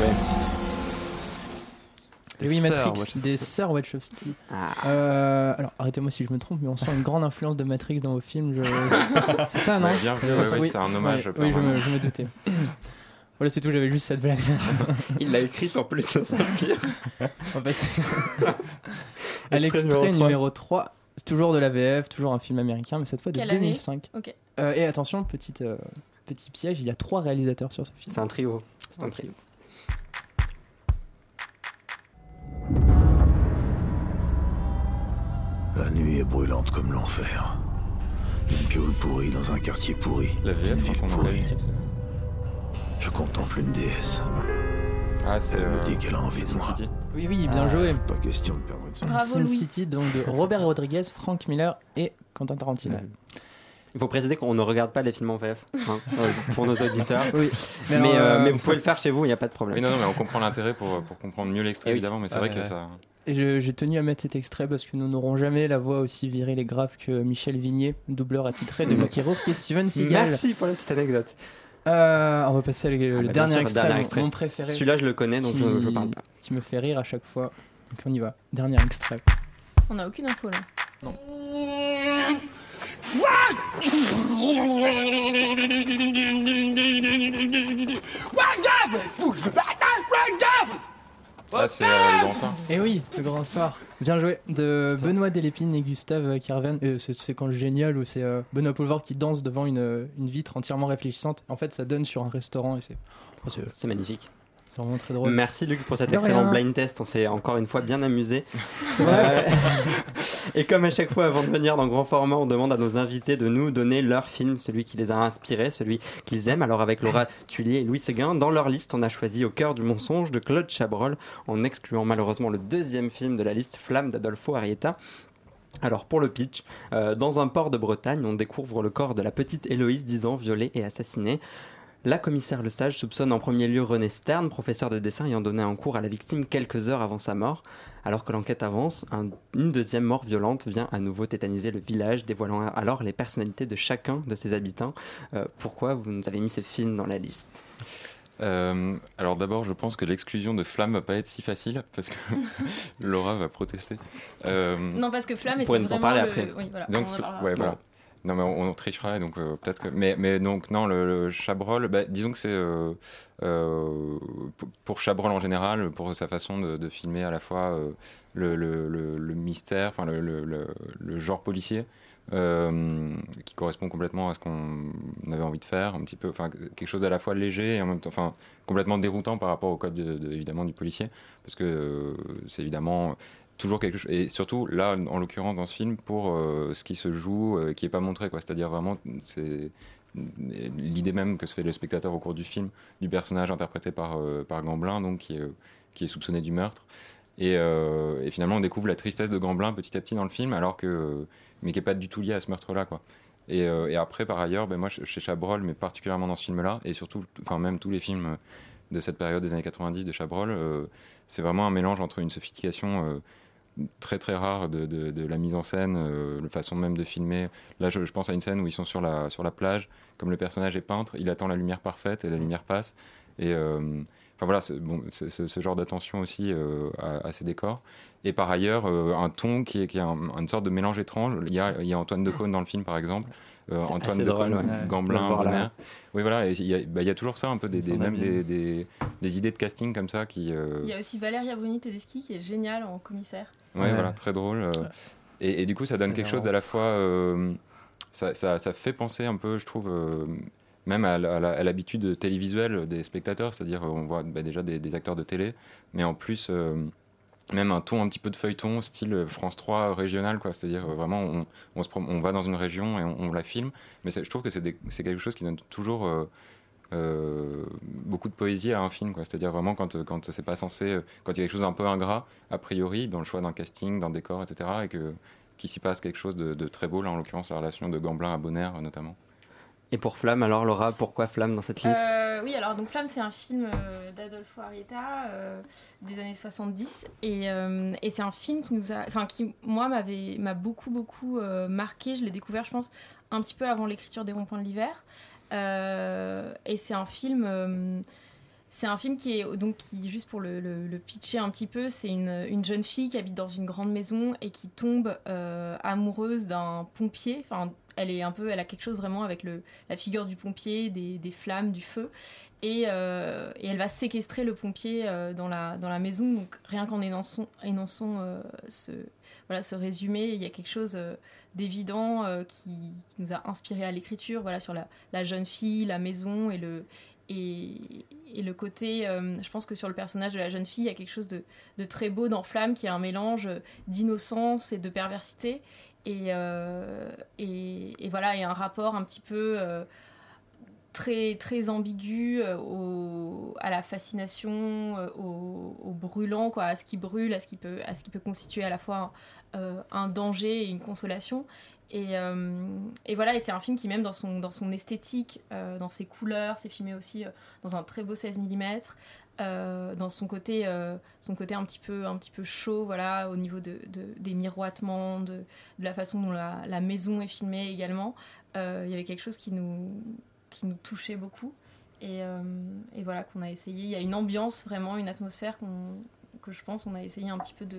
Et oui, Des Matrix, sœurs Wachowski. des sœurs Wachowski. Ah. Alors, arrêtez-moi si je me trompe, mais on sent une grande influence de Matrix dans vos films. C'est ça, non Ouais, bien vu, ouais, Oui. c'est un hommage. Ouais, oui, apparemment. je me doutais. Voilà, c'est tout, j'avais juste cette blague. Il l'a écrite en plus, ça c'est pire. On va passer à Extrait l'extrait numéro numéro 3. C'est toujours de la VF, toujours un film américain, mais cette fois de Quelle année 2005. Ok. Et attention, petit piège, il y a 3 réalisateurs sur ce film. C'est un trio. C'est un trio. La nuit est brûlante comme l'enfer. Une piole pourrie dans un quartier pourri. La VF, Une quand ville on a pourrie. la titre. Je contemple une déesse. Ah, c'est. Elle me dit qu'elle a envie de Sin moi. City. Oui, bien joué. Pas question de perdre une seconde. Bravo, Sin Louis. City, donc de Robert Rodriguez, Frank Miller et Quentin Tarantino. Ouais. Il faut préciser qu'on ne regarde pas les films en VF, hein, pour nos auditeurs. Oui. Mais vous pouvez le faire chez vous, il n'y a pas de problème. Oui, non, mais on comprend l'intérêt pour comprendre mieux l'extrait, Eh oui. évidemment, mais c'est Ah, vrai ouais. que ça. Et j'ai tenu à mettre cet extrait parce que nous n'aurons jamais la voix aussi virile et grave que Michel Vignier, doubleur attitré de Mickey Rourke et Steven Seagal. Merci pour la petite anecdote. On va passer le bah, bien dernier sûr, extrait, dernier extrait. mon préféré, Celui-là, je le connais, donc Qui- je parle pas. qui me fait rire à chaque fois. Donc on y va. Dernier extrait. On n'a aucune info là. Ah, c'est le grand soir. Et oui, le grand soir. Bien joué. De Benoît Delépine et Gustave Carven. C'est une séquence géniale où c'est Benoît Poelvoort qui danse devant une vitre entièrement réfléchissante. En fait, ça donne sur un restaurant et c'est C'est magnifique. vraiment très drôle. Merci Luc pour cet De excellent rien. blind test. On s'est encore une fois bien amusé. Ouais. Et comme à chaque fois avant de venir dans grand format, on demande à nos invités de nous donner leur film, celui qui les a inspirés, celui qu'ils aiment. Alors avec Laura Tullier et Louis Seguin, dans leur liste, on a choisi Au cœur du mensonge de Claude Chabrol, en excluant malheureusement le deuxième film de la liste, Flamme d'Adolfo Arrieta. Alors pour le pitch, dans un port de Bretagne, on découvre le corps de la petite Héloïse, 10 ans, violée et assassinée. La commissaire Lesage soupçonne en premier lieu René Stern, professeur de dessin ayant donné un cours à la victime quelques heures avant sa mort. Alors que l'enquête avance, une deuxième mort violente vient à nouveau tétaniser le village, dévoilant alors les personnalités de chacun de ses habitants. Pourquoi vous nous avez mis ce film dans la liste ? Alors d'abord, je pense que l'exclusion de Flamme va pas être si facile parce que Laura va protester. Non, parce que Flamme on était pourrait nous en vraiment parler le... après. Oui, voilà, Donc, on en parlera. ouais, voilà. Non, mais on trichera, donc peut-être que. Mais donc, non, le Chabrol, disons que c'est. Pour Chabrol en général, pour sa façon de filmer à la fois le mystère, enfin le genre policier, qui correspond complètement à ce qu'on avait envie de faire, un petit peu, enfin quelque chose à la fois léger et en même temps, enfin complètement déroutant par rapport au code évidemment du policier, parce que c'est évidemment toujours quelque chose, et surtout là en l'occurrence dans ce film pour ce qui se joue, qui est pas montré, quoi, c'est-à-dire vraiment c'est l'idée même que se fait le spectateur au cours du film du personnage interprété par Gamblin, donc qui est soupçonné du meurtre, et finalement on découvre la tristesse de Gamblin petit à petit dans le film, alors que mais qui est pas du tout lié à ce meurtre-là, quoi. Et après, par ailleurs, moi, chez Chabrol, mais particulièrement dans ce film-là, et surtout, enfin même tous les films de cette période des années 90 de Chabrol, c'est vraiment un mélange entre une sophistication très très rare de la mise en scène, la façon même de filmer. Là, je pense à une scène où ils sont sur la plage, comme le personnage est peintre, il attend la lumière parfaite et la lumière passe. Et enfin voilà, c'est ce genre d'attention aussi à ces décors. Et par ailleurs, un ton qui est une sorte de mélange étrange. Il y a Antoine Decaune dans le film, par exemple. Antoine Decaune, Gamblin, Bonner. Oui, voilà. Il y a toujours ça, un peu des idées de casting comme ça qui. Il y a aussi Valéria Bruni-Tedeschi qui est géniale en commissaire. Ouais, voilà, très drôle. Et du coup, ça donne quelque chose d'à la fois. Ça fait penser un peu, je trouve. Même à l'habitude télévisuelle des spectateurs, c'est-à-dire on voit déjà des acteurs de télé, mais en plus même un ton un petit peu de feuilleton, style France 3 régional, quoi. C'est-à-dire vraiment on va dans une région et on la filme, mais je trouve que c'est quelque chose qui donne toujours beaucoup de poésie à un film, quoi. C'est-à-dire vraiment quand c'est pas censé, quand il y a quelque chose d'un peu ingrat a priori dans le choix d'un casting, d'un décor, etc., et qu'il s'y passe quelque chose de très beau, là en l'occurrence la relation de Gamblin à Bonner notamment. Et pour Flamme, alors Laura, pourquoi Flamme dans cette liste ? Oui, alors donc Flamme, c'est un film d'Adolfo Arrieta des années 70, et c'est un film qui moi m'a beaucoup marqué. Je l'ai découvert, je pense, un petit peu avant l'écriture des Ronds-Points de l'hiver, et c'est un film qui est donc juste pour le pitcher un petit peu, c'est une jeune fille qui habite dans une grande maison et qui tombe amoureuse d'un pompier. Enfin, elle a quelque chose vraiment avec la figure du pompier, des flammes, du feu, et elle va séquestrer le pompier dans la maison. Donc rien qu'en énonçant ce résumé, il y a quelque chose d'évident qui nous a inspiré à l'écriture. Voilà, sur la jeune fille, la maison et le côté, je pense que sur le personnage de la jeune fille, il y a quelque chose de très beau dans Flamme, qui est un mélange d'innocence et de perversité, et voilà, et un rapport un petit peu très, très ambigu à la fascination, au brûlant, quoi, à ce qui brûle, à ce qui peut constituer à la fois un danger et une consolation. Et voilà, et c'est un film qui, même dans son esthétique, dans ses couleurs, c'est filmé aussi dans un très beau 16 mm, dans son côté un petit peu chaud, voilà, au niveau des miroitements, de la façon dont la maison est filmée également. Il y avait quelque chose qui nous touchait beaucoup, et voilà, qu'on a essayé. Il y a une ambiance, vraiment une atmosphère que je pense on a essayé un petit peu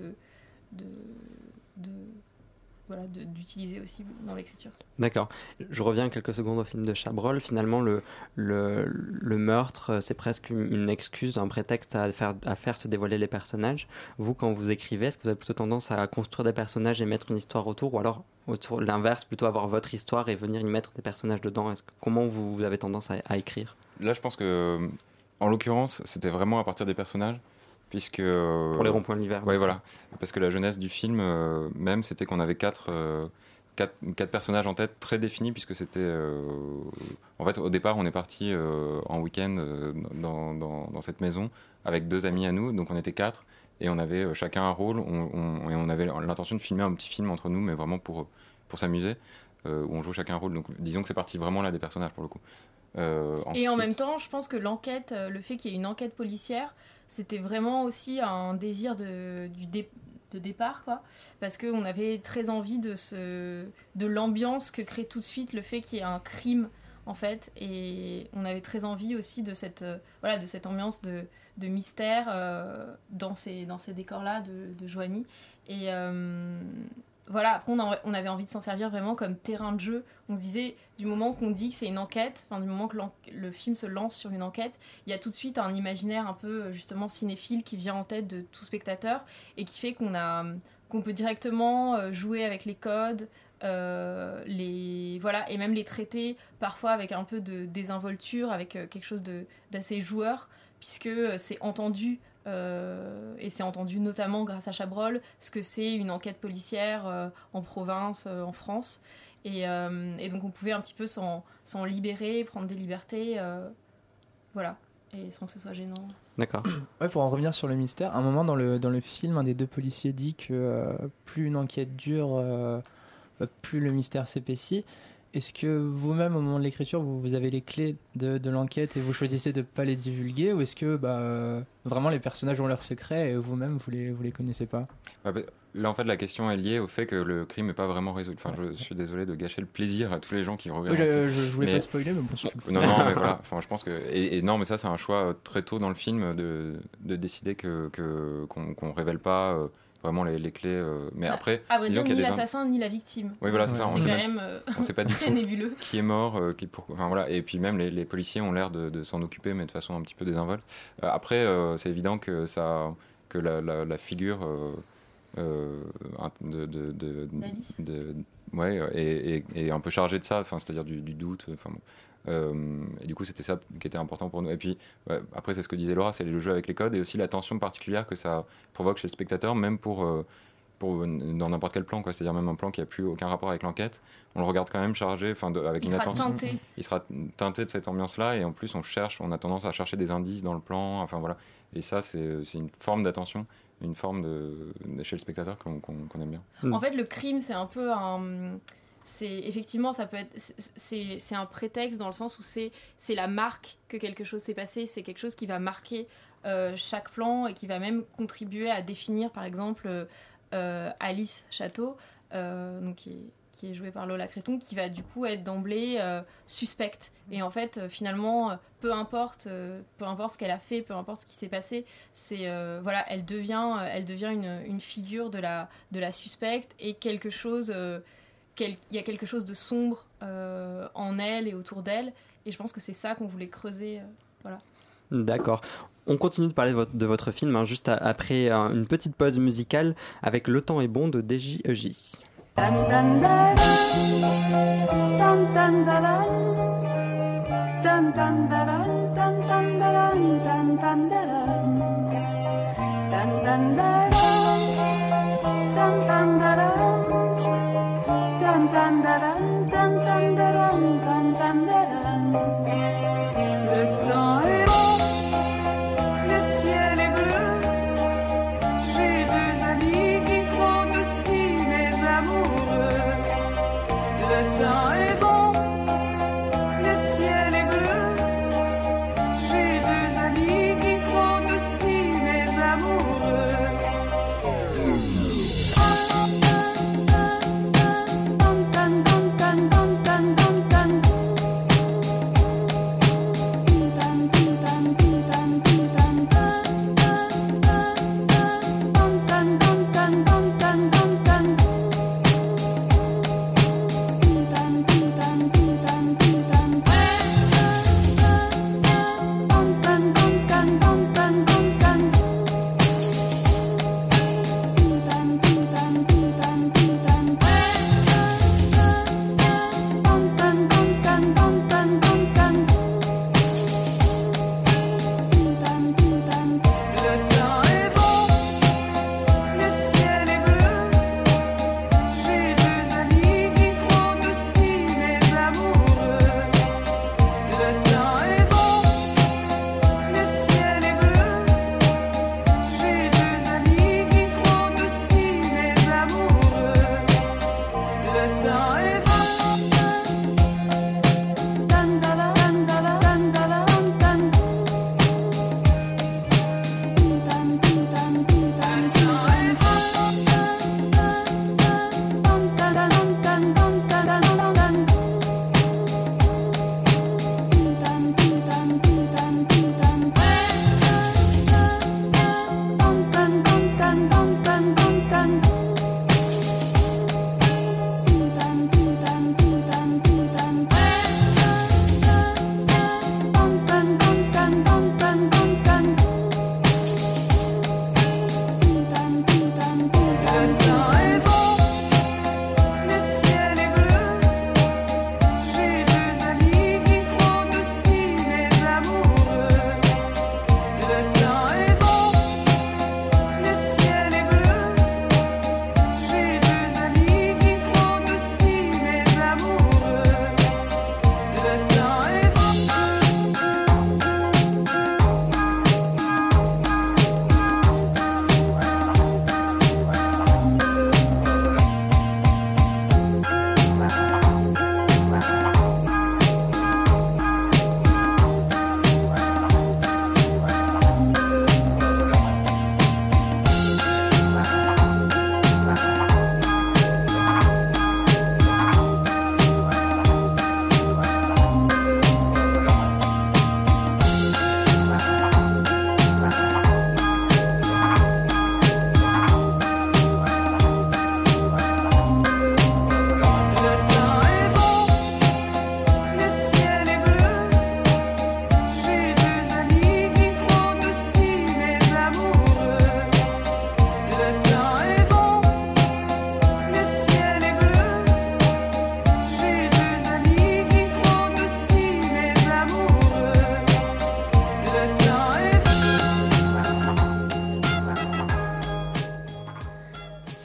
d'utiliser aussi dans l'écriture. D'accord. Je reviens quelques secondes au film de Chabrol. Finalement, le meurtre, c'est presque une excuse, un prétexte à faire se dévoiler les personnages. Vous, quand vous écrivez, est-ce que vous avez plutôt tendance à construire des personnages et mettre une histoire autour, ou alors autour l'inverse, plutôt avoir votre histoire et venir y mettre des personnages dedans ? Comment vous avez tendance à écrire ? Là, je pense que, en l'occurrence, c'était vraiment à partir des personnages. Puisque pour les ronds-points de l'hiver. Oui, voilà. Parce que la jeunesse du film, même, c'était qu'on avait quatre personnages en tête très définis, puisque c'était... en fait, au départ, on est parti en week-end dans cette maison avec 2 amis à nous, donc on était 4, et on avait chacun un rôle, et on avait l'intention de filmer un petit film entre nous, mais vraiment pour s'amuser, où on joue chacun un rôle. Donc disons que c'est parti vraiment là des personnages, pour le coup. Et en même temps, je pense que l'enquête, le fait qu'il y ait une enquête policière, c'était vraiment aussi un désir de départ, quoi, parce qu'on avait très envie de l'ambiance que crée tout de suite le fait qu'il y ait un crime en fait, et on avait très envie aussi de cette ambiance de mystère dans ces décors-là de Joigny. Et voilà, après on avait envie de s'en servir vraiment comme terrain de jeu. On se disait, du moment qu'on dit que c'est une enquête, enfin du moment que le film se lance sur une enquête, il y a tout de suite un imaginaire un peu justement cinéphile qui vient en tête de tout spectateur et qui fait qu'on peut directement jouer avec les codes, et même les traiter parfois avec un peu de désinvolture, avec quelque chose d'assez joueur, puisque c'est entendu. Et c'est entendu notamment grâce à Chabrol, ce que c'est une enquête policière en province, en France. Et donc on pouvait un petit peu s'en libérer, prendre des libertés, voilà, et sans que ce soit gênant. D'accord. Ouais, pour en revenir sur le mystère, à un moment dans le film, un des deux policiers dit que plus une enquête dure, plus le mystère s'épaissit. Est-ce que vous-même, au moment de l'écriture, vous avez les clés de l'enquête et vous choisissez de ne pas les divulguer, ou est-ce que vraiment les personnages ont leurs secrets et vous-même, vous les connaissez pas ? Là, en fait, la question est liée au fait que le crime n'est pas vraiment résolu. Enfin, je suis désolé de gâcher le plaisir à tous les gens qui regardent. Oui, je voulais pas spoiler, mais bon. Non, mais voilà. Enfin, je pense que non, mais ça, c'est un choix très tôt dans le film de décider qu'on révèle pas. Vraiment les clés, mais après à vrai dire, ni l'assassin ni la victime. Oui, voilà, c'est ça. On sait pas du tout nébuleux. Qui est mort, enfin voilà. Et puis même les policiers ont l'air de s'en occuper, mais de façon un petit peu désinvolte. Après, c'est évident que la figure est un peu chargée de ça, enfin c'est-à-dire du doute. Enfin bon. Et du coup c'était ça qui était important pour nous, et puis après c'est ce que disait Laura, c'est le jeu avec les codes et aussi la tension particulière que ça provoque chez le spectateur, même pour dans n'importe quel plan, quoi. C'est-à-dire même un plan qui a plus aucun rapport avec l'enquête, on le regarde quand même chargé, avec une attention, il sera teinté de cette ambiance là, et en plus on a tendance à chercher des indices dans le plan, enfin voilà, et ça c'est une forme d'attention, une forme chez le spectateur qu'on aime bien. En fait le crime c'est un peu effectivement ça peut être c'est un prétexte dans le sens où c'est la marque que quelque chose s'est passé, c'est quelque chose qui va marquer chaque plan et qui va même contribuer à définir par exemple Alice Château, donc qui est jouée par Lola Créton, qui va du coup être d'emblée suspecte. Et en fait, finalement, peu importe ce qu'elle a fait, peu importe ce qui s'est passé, elle devient une figure de la suspecte, et quelque chose il y a quelque chose de sombre en elle et autour d'elle, et je pense que c'est ça qu'on voulait creuser. Voilà. D'accord. On continue de parler de votre film juste après une petite pause musicale avec Le temps est bon de DJ. Le temps est bon, le ciel est bleu. J'ai deux amis qui sont aussi mes amoureux. Le temps est bon, le ciel est bleu. J'ai deux amis qui sont aussi mes amoureux.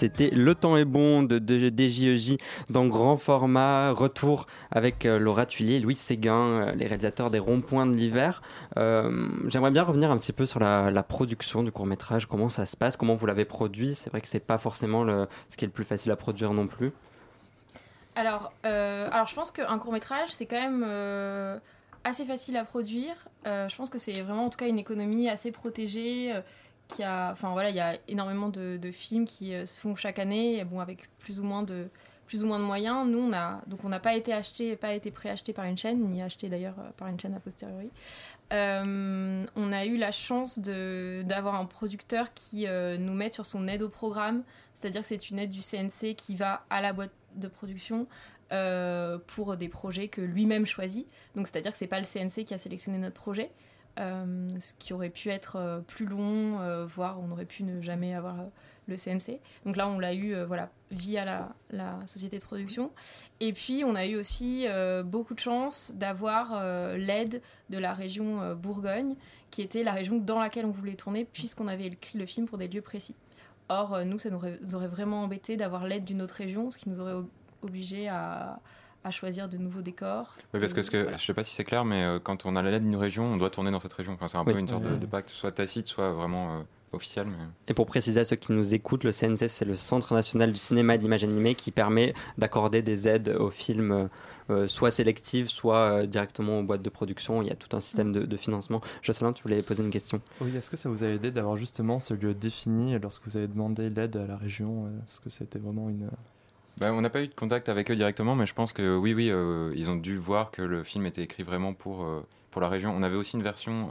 C'était Le temps est bon de DJEJ dans grand format. Retour avec Laura Thuillier et Louis Séguin, les réalisateurs des Ronds-Points de l'hiver. J'aimerais bien revenir un petit peu sur la production du court-métrage. Comment ça se passe? Comment vous l'avez produit? C'est vrai que c'est pas forcément ce qui est le plus facile à produire non plus. Alors je pense qu'un court-métrage, c'est quand même assez facile à produire. Je pense que c'est vraiment en tout cas une économie assez protégée. Il y a énormément de films qui se font chaque année, bon, avec plus ou moins de moyens. Nous, on n'a pas été préacheté par une chaîne, ni acheté d'ailleurs par une chaîne a posteriori. On a eu la chance d'avoir un producteur qui nous mette sur son aide au programme, c'est-à-dire que c'est une aide du CNC qui va à la boîte de production pour des projets que lui-même choisit. Donc, c'est-à-dire que c'est pas le CNC qui a sélectionné notre projet. Ce qui aurait pu être plus long, voire on aurait pu ne jamais avoir le CNC. Donc là, on l'a eu via la société de production. Et puis, on a eu aussi beaucoup de chance d'avoir l'aide de la région Bourgogne, qui était la région dans laquelle on voulait tourner, puisqu'on avait écrit le film pour des lieux précis. Or, nous, ça nous aurait vraiment embêté d'avoir l'aide d'une autre région, ce qui nous aurait obligé à choisir de nouveaux décors. Oui, parce que voilà. je sais pas si c'est clair, mais quand on a l'aide d'une région, on doit tourner dans cette région. Enfin, c'est un peu une sorte de pacte, soit tacite, soit vraiment officiel. Mais... Et pour préciser à ceux qui nous écoutent, le CNC, c'est le Centre national du cinéma et de l'image animée, qui permet d'accorder des aides aux films soit sélectives, soit directement aux boîtes de production. Il y a tout un système de financement. Jocelyn, tu voulais poser une question? Oui, est-ce que ça vous a aidé d'avoir justement ce lieu défini lorsque vous avez demandé l'aide à la région? Est-ce que c'était vraiment une... on n'a pas eu de contact avec eux directement, mais je pense que oui, ils ont dû voir que le film était écrit vraiment pour la région. On avait aussi une version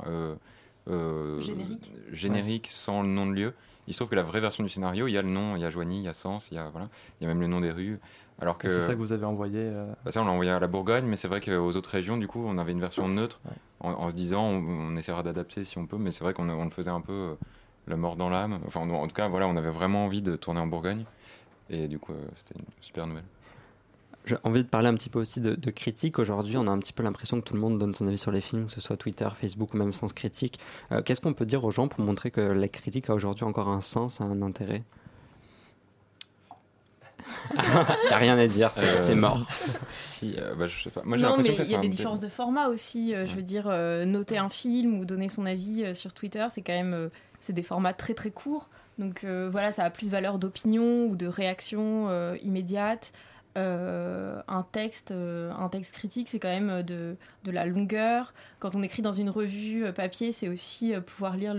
générique sans le nom de lieu. Il se trouve que la vraie version du scénario, il y a le nom, il y a Joigny, il y a Sens, il y a même le nom des rues. Alors que, c'est ça que vous avez envoyé ça, on l'a envoyé à la Bourgogne, mais c'est vrai qu'aux autres régions, du coup, on avait une version neutre, en se disant, on essaiera d'adapter si on peut, mais c'est vrai qu'on le faisait un peu la mort dans l'âme. Enfin, en tout cas, on avait vraiment envie de tourner en Bourgogne. Et du coup, c'était une super nouvelle. J'ai envie de parler un petit peu aussi de critique. Aujourd'hui, on a un petit peu l'impression que tout le monde donne son avis sur les films, que ce soit Twitter, Facebook ou même Sens Critique. Qu'est-ce qu'on peut dire aux gens pour montrer que la critique a aujourd'hui encore un sens, un intérêt? Il n'y a rien à dire, c'est mort. Si, je sais pas. Moi, j'ai l'impression que il y a des différences de format aussi. Je veux dire, noter un film ou donner son avis sur Twitter, c'est quand même c'est des formats très très courts. Donc ça a plus valeur d'opinion ou de réaction immédiate. Un texte critique, c'est quand même de la longueur. Quand on écrit dans une revue papier, c'est aussi pouvoir lire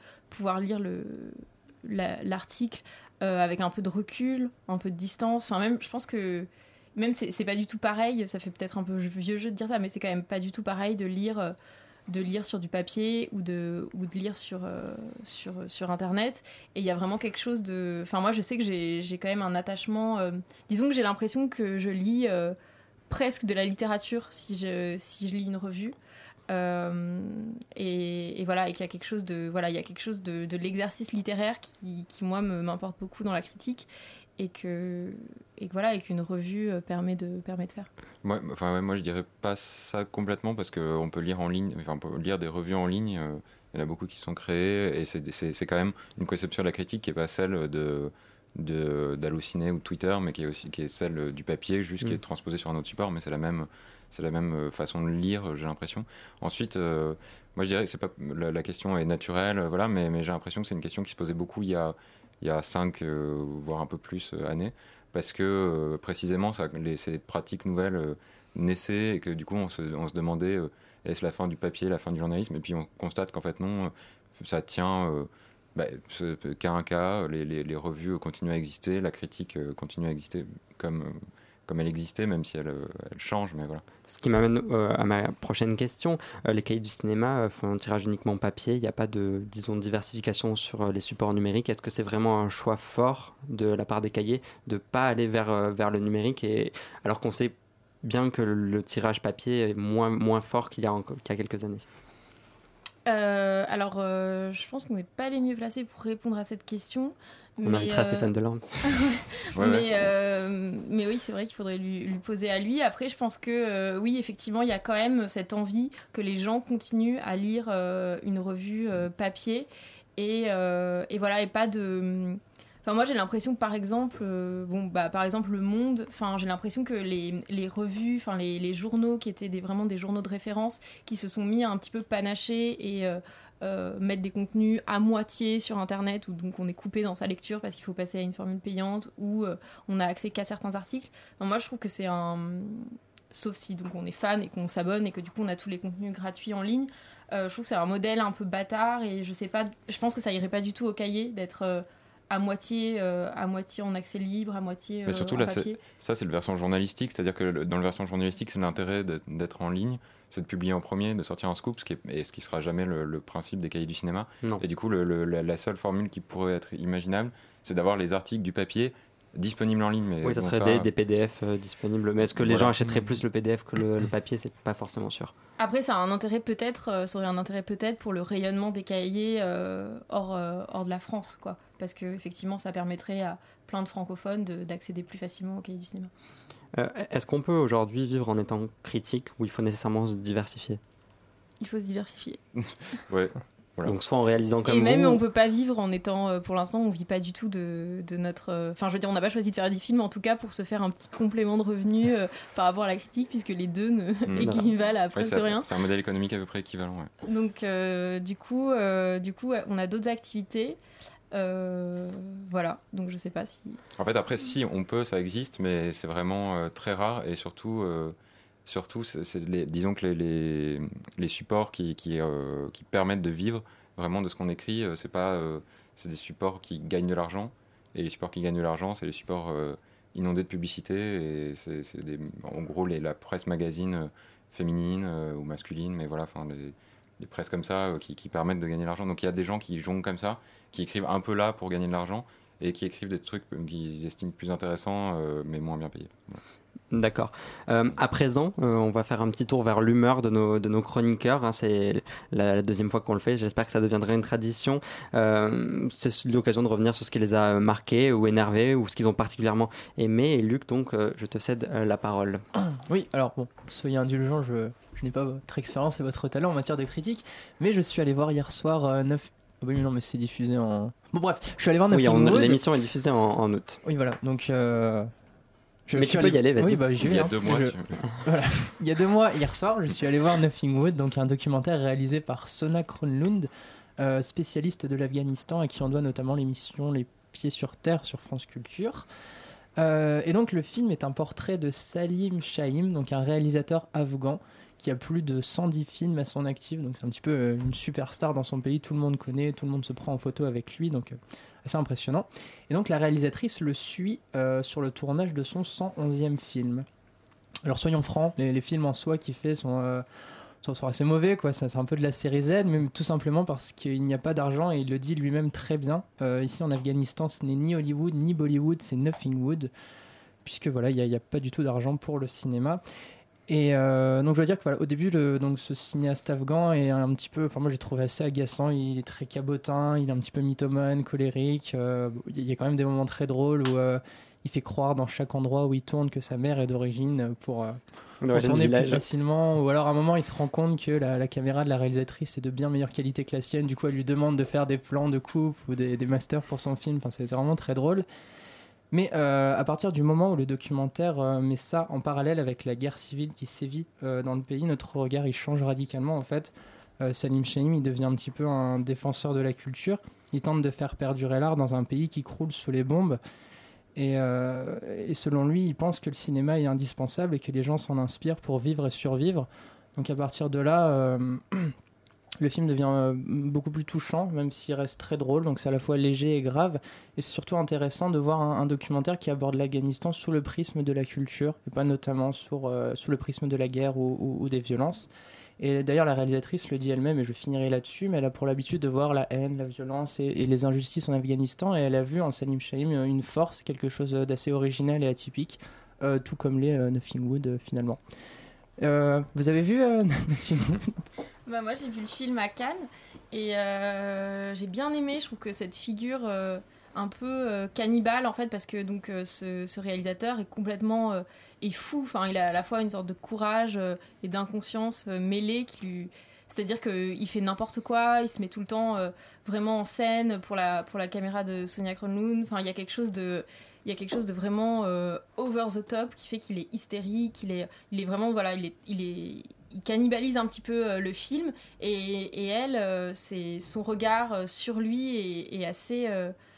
l'article avec un peu de recul, un peu de distance. Enfin, même, je pense que même c'est pas du tout pareil. Ça fait peut-être un peu vieux jeu de dire ça, mais c'est quand même pas du tout pareil de lire sur du papier ou de lire sur internet. Et il y a vraiment quelque chose de... Enfin, moi, je sais que j'ai quand même un attachement... disons que j'ai l'impression que je lis presque de la littérature si je lis une revue. Et qu'il y a quelque chose de l'exercice littéraire qui moi, m'importe beaucoup dans la critique. Et qu'une revue permet de faire. Moi, je dirais pas ça complètement, parce qu'on peut lire en ligne, on peut lire des revues en ligne, il y en a beaucoup qui sont créées, et c'est quand même une conception de la critique qui est pas celle d'Allociné ou de Twitter, mais qui est celle du papier, juste qui est transposée sur un autre support, mais c'est la même façon de lire, j'ai l'impression. Ensuite, moi je dirais que c'est pas, la question est naturelle, mais j'ai l'impression que c'est une question qui se posait beaucoup il y a 5, voire un peu plus années, parce que précisément ces pratiques nouvelles naissaient, et que du coup on se demandait est-ce la fin du papier, la fin du journalisme, et puis on constate qu'en fait non, ça tient qu'à un cas, les revues continuent à exister, la critique continue à exister comme elle existait, même si elle change, mais voilà. Ce qui m'amène à ma prochaine question. Les cahiers du cinéma font un tirage uniquement papier, il n'y a pas de diversification sur les supports numériques. Est-ce que c'est vraiment un choix fort de la part des cahiers de ne pas aller vers le numérique, alors qu'on sait bien que le tirage papier est moins fort qu'il y a quelques années? Je pense qu'on n'est pas les mieux placés pour répondre à cette question. On invitera Stéphane Delorme. Mais oui, c'est vrai qu'il faudrait lui poser à lui. Après, je pense que oui, effectivement, il y a quand même cette envie que les gens continuent à lire une revue papier et pas de... Enfin, moi, j'ai l'impression que, par exemple, par exemple, Le Monde, enfin, j'ai l'impression que les revues, enfin, les journaux qui étaient vraiment des journaux de référence, qui se sont mis à un petit peu panacher et mettre des contenus à moitié sur Internet, où donc on est coupé dans sa lecture parce qu'il faut passer à une formule payante, ou on a accès qu'à certains articles. Enfin, moi, je trouve que c'est sauf si donc on est fan et qu'on s'abonne et que du coup on a tous les contenus gratuits en ligne. Je trouve que c'est un modèle un peu bâtard et je pense que ça irait pas du tout au cahier d'être à moitié en accès libre, à moitié Mais surtout en là, papier. c'est le versant journalistique, c'est-à-dire que dans le versant journalistique, c'est l'intérêt d'être en ligne, c'est de publier en premier, de sortir en scoop, ce qui sera jamais le principe des cahiers du cinéma. Non. Et du coup, la seule formule qui pourrait être imaginable, c'est d'avoir les articles du papier disponibles en ligne. Mais Oui, ça bon, serait des PDF disponibles. Mais est-ce que les Voilà. gens achèteraient plus le PDF que le papier? C'est pas forcément sûr. Après, ça aurait un intérêt peut-être pour le rayonnement des cahiers hors de la France, quoi. Parce que effectivement, ça permettrait à plein de francophones d'accéder plus facilement aux cahiers du cinéma. Est-ce qu'on peut aujourd'hui vivre en étant critique ou il faut nécessairement se diversifier? Il faut se diversifier. Ouais. Voilà. Donc soit en réalisant comme et même vous... on peut pas vivre en étant pour l'instant on vit pas du tout de notre enfin je veux dire on n'a pas choisi de faire des films en tout cas pour se faire un petit complément de revenus par rapport à la critique puisque les deux ne équivalent à presque rien. C'est un modèle économique à peu près équivalent, ouais. Donc du coup on a d'autres activités voilà, donc je sais pas si En fait après si on peut, ça existe, mais c'est vraiment très rare et surtout disons que les supports qui permettent de vivre vraiment de ce qu'on écrit, c'est des supports qui gagnent de l'argent, et les supports qui gagnent de l'argent, c'est les supports inondés de publicité, et en gros la presse magazine féminine ou masculine, mais voilà, enfin les presses comme ça qui permettent de gagner de l'argent. Donc il y a des gens qui jonglent comme ça, qui écrivent un peu là pour gagner de l'argent, et qui écrivent des trucs qu'ils estiment plus intéressants, mais moins bien payés. Voilà. D'accord. À présent, on va faire un petit tour vers l'humeur de nos chroniqueurs. Hein. C'est la deuxième fois qu'on le fait. J'espère que ça deviendra une tradition. C'est l'occasion de revenir sur ce qui les a marqués ou énervés ou ce qu'ils ont particulièrement aimé. Et Luc, donc, je te cède la parole. Oui, alors bon, soyez indulgents, je n'ai pas votre expérience et votre talent en matière de critique, mais je suis allé voir hier soir 9... Oh oui, mais non, mais c'est diffusé en... Bon bref, je suis allé voir 9 l'émission est diffusée en août. Oui, voilà, donc... mais tu peux y aller, vas-y. Oui, bah, j'y vais, Il y a 2 mois. Voilà. Il y a 2 mois, hier soir, je suis allé voir Nothing Wood, donc un documentaire réalisé par Sona Kronlund, spécialiste de l'Afghanistan, à qui on doit notamment l'émission Les Pieds sur Terre sur France Culture. Et donc le film est un portrait de Salim Shaim, donc un réalisateur afghan qui a plus de 110 films à son actif, donc c'est un petit peu une superstar dans son pays, tout le monde connaît, tout le monde se prend en photo avec lui, donc assez impressionnant. Et donc la réalisatrice le suit sur le tournage de son 111e film. Alors soyons francs, les films en soi qu'il fait sont assez mauvais, quoi. C'est un peu de la série Z, mais tout simplement parce qu'il n'y a pas d'argent, et il le dit lui-même très bien. Ici en Afghanistan, ce n'est ni Hollywood ni Bollywood, c'est Nothing Wood, puisque voilà, il n'y a pas du tout d'argent pour le cinéma. Et donc je dois dire que voilà, au début donc ce cinéaste afghan est un petit peu, enfin moi j'ai trouvé assez agaçant, il est très cabotin, il est un petit peu mythomane, colérique, il y a quand même des moments très drôles où il fait croire dans chaque endroit où il tourne que sa mère est d'origine pour tourner plus facilement, ou alors à un moment il se rend compte que la caméra de la réalisatrice est de bien meilleure qualité que la sienne, du coup elle lui demande de faire des plans de coupe ou des masters pour son film, enfin c'est vraiment très drôle. Mais à partir du moment où le documentaire met ça en parallèle avec la guerre civile qui sévit dans le pays, notre regard il change radicalement en fait. Salim Shaim il devient un petit peu un défenseur de la culture, il tente de faire perdurer l'art dans un pays qui croule sous les bombes, et selon lui il pense que le cinéma est indispensable et que les gens s'en inspirent pour vivre et survivre. Donc à partir de là le film devient beaucoup plus touchant, même s'il reste très drôle, donc c'est à la fois léger et grave, et c'est surtout intéressant de voir un documentaire qui aborde l'Afghanistan sous le prisme de la culture, et pas notamment sous le prisme de la guerre ou des violences. Et d'ailleurs la réalisatrice le dit elle-même, et je finirai là-dessus, mais elle a pour l'habitude de voir la haine, la violence et les injustices en Afghanistan, et elle a vu en Salim Shaim une force, quelque chose d'assez original et atypique, tout comme les Nothing Wood finalement. Vous avez vu Nothing Wood ? Bah moi j'ai vu le film à Cannes et j'ai bien aimé. Je trouve que cette figure un peu cannibale en fait, parce que donc ce réalisateur est complètement est fou. Enfin il a à la fois une sorte de courage et d'inconscience mêlée C'est-à-dire qu'il fait n'importe quoi, il se met tout le temps vraiment en scène pour la caméra de Sonia Kronlund. Enfin, il y a quelque chose de vraiment over the top qui fait qu'il est hystérique, il est vraiment, voilà, il cannibalise un petit peu le film, et elle, c'est son regard sur lui est assez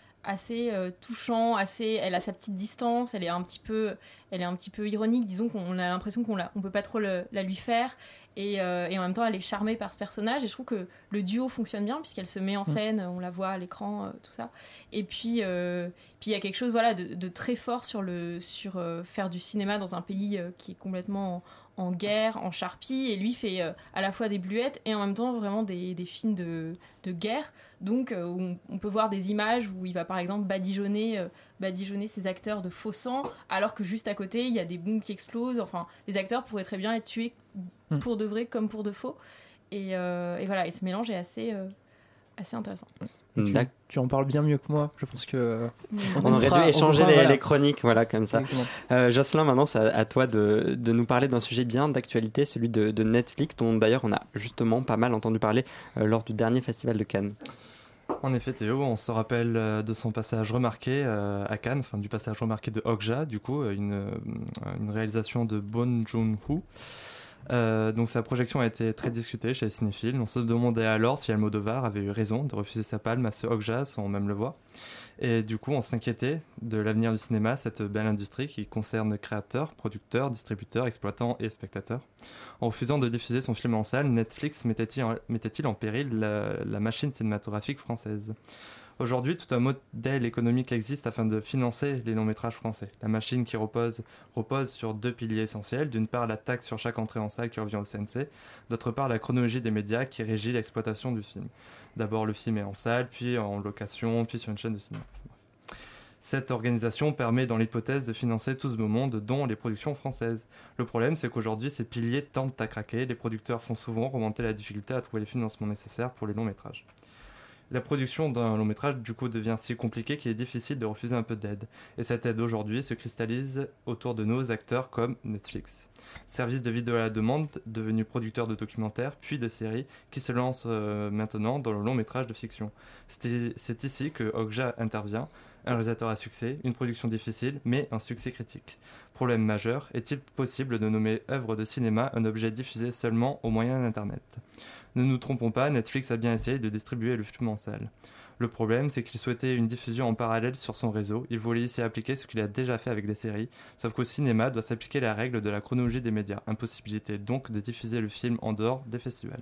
touchant, elle a sa petite distance, elle est un petit peu ironique, disons, qu'on a l'impression on peut pas trop la lui faire, et en même temps elle est charmée par ce personnage, et je trouve que le duo fonctionne bien puisqu'elle se met en scène, on la voit à l'écran, tout ça, et puis il y a quelque chose, voilà, de très fort sur faire du cinéma dans un pays qui est complètement en guerre, en charpie, et lui fait à la fois des bluettes et en même temps vraiment des films de guerre, donc où on peut voir des images où il va par exemple badigeonner ses acteurs de faux sang, alors que juste à côté il y a des bombes qui explosent. Enfin, les acteurs pourraient très bien être tués pour de vrai comme pour de faux, et voilà, et ce mélange est assez intéressant. Tu en parles bien mieux que moi, je pense que... On aurait dû échanger les chroniques, voilà, comme ça. Jocelyn, maintenant, c'est à toi de nous parler d'un sujet bien d'actualité, celui de Netflix, dont d'ailleurs on a justement pas mal entendu parler lors du dernier festival de Cannes. En effet, Théo, on se rappelle de son passage remarqué à Cannes, enfin du passage remarqué de Okja, du coup, une réalisation de Bong Joon-ho. Donc sa projection a été très discutée chez les cinéphiles. On se demandait alors si Almodovar avait eu raison de refuser sa palme à ce Okja sans même le voir. Et du coup, on s'inquiétait de l'avenir du cinéma, cette belle industrie qui concerne créateurs, producteurs, distributeurs, exploitants et spectateurs. En refusant de diffuser son film en salle, Netflix mettait-il en péril la machine cinématographique française ? Aujourd'hui, tout un modèle économique existe afin de financer les longs-métrages français. La machine qui repose sur deux piliers essentiels. D'une part, la taxe sur chaque entrée en salle qui revient au CNC. D'autre part, la chronologie des médias qui régit l'exploitation du film. D'abord, le film est en salle, puis en location, puis sur une chaîne de cinéma. Cette organisation permet, dans l'hypothèse, de financer tout ce beau monde, dont les productions françaises. Le problème, c'est qu'aujourd'hui, ces piliers tendent à craquer. Les producteurs font souvent remonter la difficulté à trouver les financements nécessaires pour les longs-métrages. La production d'un long métrage du coup devient si compliquée qu'il est difficile de refuser un peu d'aide. Et cette aide aujourd'hui se cristallise autour de nos acteurs comme Netflix. Service de vidéo à la demande, devenu producteur de documentaires puis de séries, qui se lance maintenant dans le long métrage de fiction. C'est ici que Okja intervient, un réalisateur à succès, une production difficile, mais un succès critique. Problème majeur, est-il possible de nommer œuvre de cinéma un objet diffusé seulement au moyen d'Internet ? Ne nous trompons pas, Netflix a bien essayé de distribuer le film en salle. Le problème, c'est qu'il souhaitait une diffusion en parallèle sur son réseau. Il voulait ici appliquer ce qu'il a déjà fait avec les séries, sauf qu'au cinéma doit s'appliquer la règle de la chronologie des médias. Impossibilité donc de diffuser le film en dehors des festivals.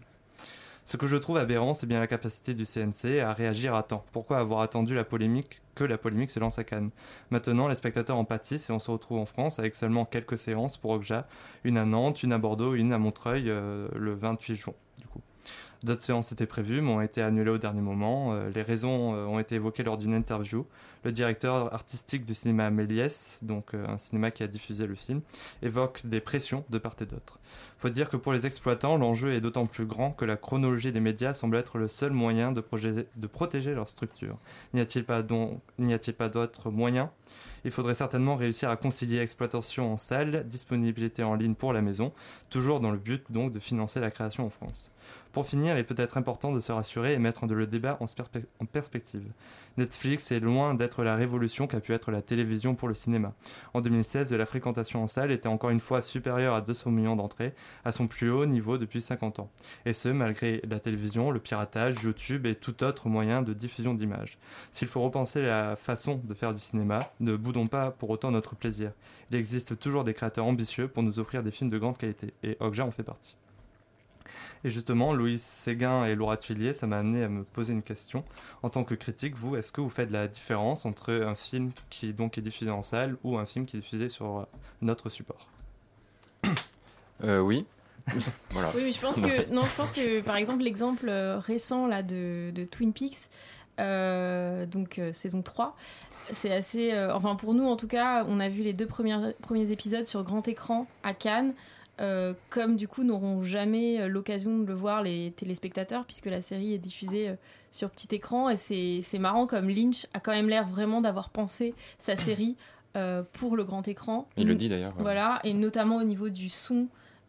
Ce que je trouve aberrant, c'est bien la capacité du CNC à réagir à temps. Pourquoi avoir attendu que la polémique se lance à Cannes ? Maintenant, les spectateurs en pâtissent et on se retrouve en France avec seulement quelques séances pour Okja, une à Nantes, une à Bordeaux, une à Montreuil le 28 juin. Du coup. D'autres séances étaient prévues mais ont été annulées au dernier moment. Les raisons ont été évoquées lors d'une interview. Le directeur artistique du cinéma Méliès, donc un cinéma qui a diffusé le film, évoque des pressions de part et d'autre. Faut dire que pour les exploitants, l'enjeu est d'autant plus grand que la chronologie des médias semble être le seul moyen de protéger leur structure. N'y a-t-il pas d'autres moyens ? Il faudrait certainement réussir à concilier exploitation en salle, disponibilité en ligne pour la maison, toujours dans le but donc de financer la création en France. Pour finir, il est peut-être important de se rassurer et mettre le débat en perspective. Netflix est loin d'être la révolution qu'a pu être la télévision pour le cinéma. En 2016, la fréquentation en salle était encore une fois supérieure à 200 millions d'entrées, à son plus haut niveau depuis 50 ans. Et ce, malgré la télévision, le piratage, YouTube et tout autre moyen de diffusion d'images. S'il faut repenser la façon de faire du cinéma, ne boudons pas pour autant notre plaisir. Il existe toujours des créateurs ambitieux pour nous offrir des films de grande qualité, et Okja en fait partie. Et justement, Louis Séguin et Laura Tuillier, ça m'a amené à me poser une question. En tant que critique, vous, est-ce que vous faites la différence entre un film qui donc est diffusé en salle ou un film qui est diffusé sur notre support ? Oui. Voilà. Oui, mais je pense que par exemple l'exemple récent là de Twin Peaks, saison 3, c'est assez enfin pour nous en tout cas, on a vu les 2 premiers épisodes sur grand écran à Cannes. Comme du coup n'auront jamais l'occasion de le voir les téléspectateurs puisque la série est diffusée sur petit écran, et c'est marrant comme Lynch a quand même l'air vraiment d'avoir pensé sa série pour le grand écran. Il le dit d'ailleurs. Voilà, et notamment au niveau du son,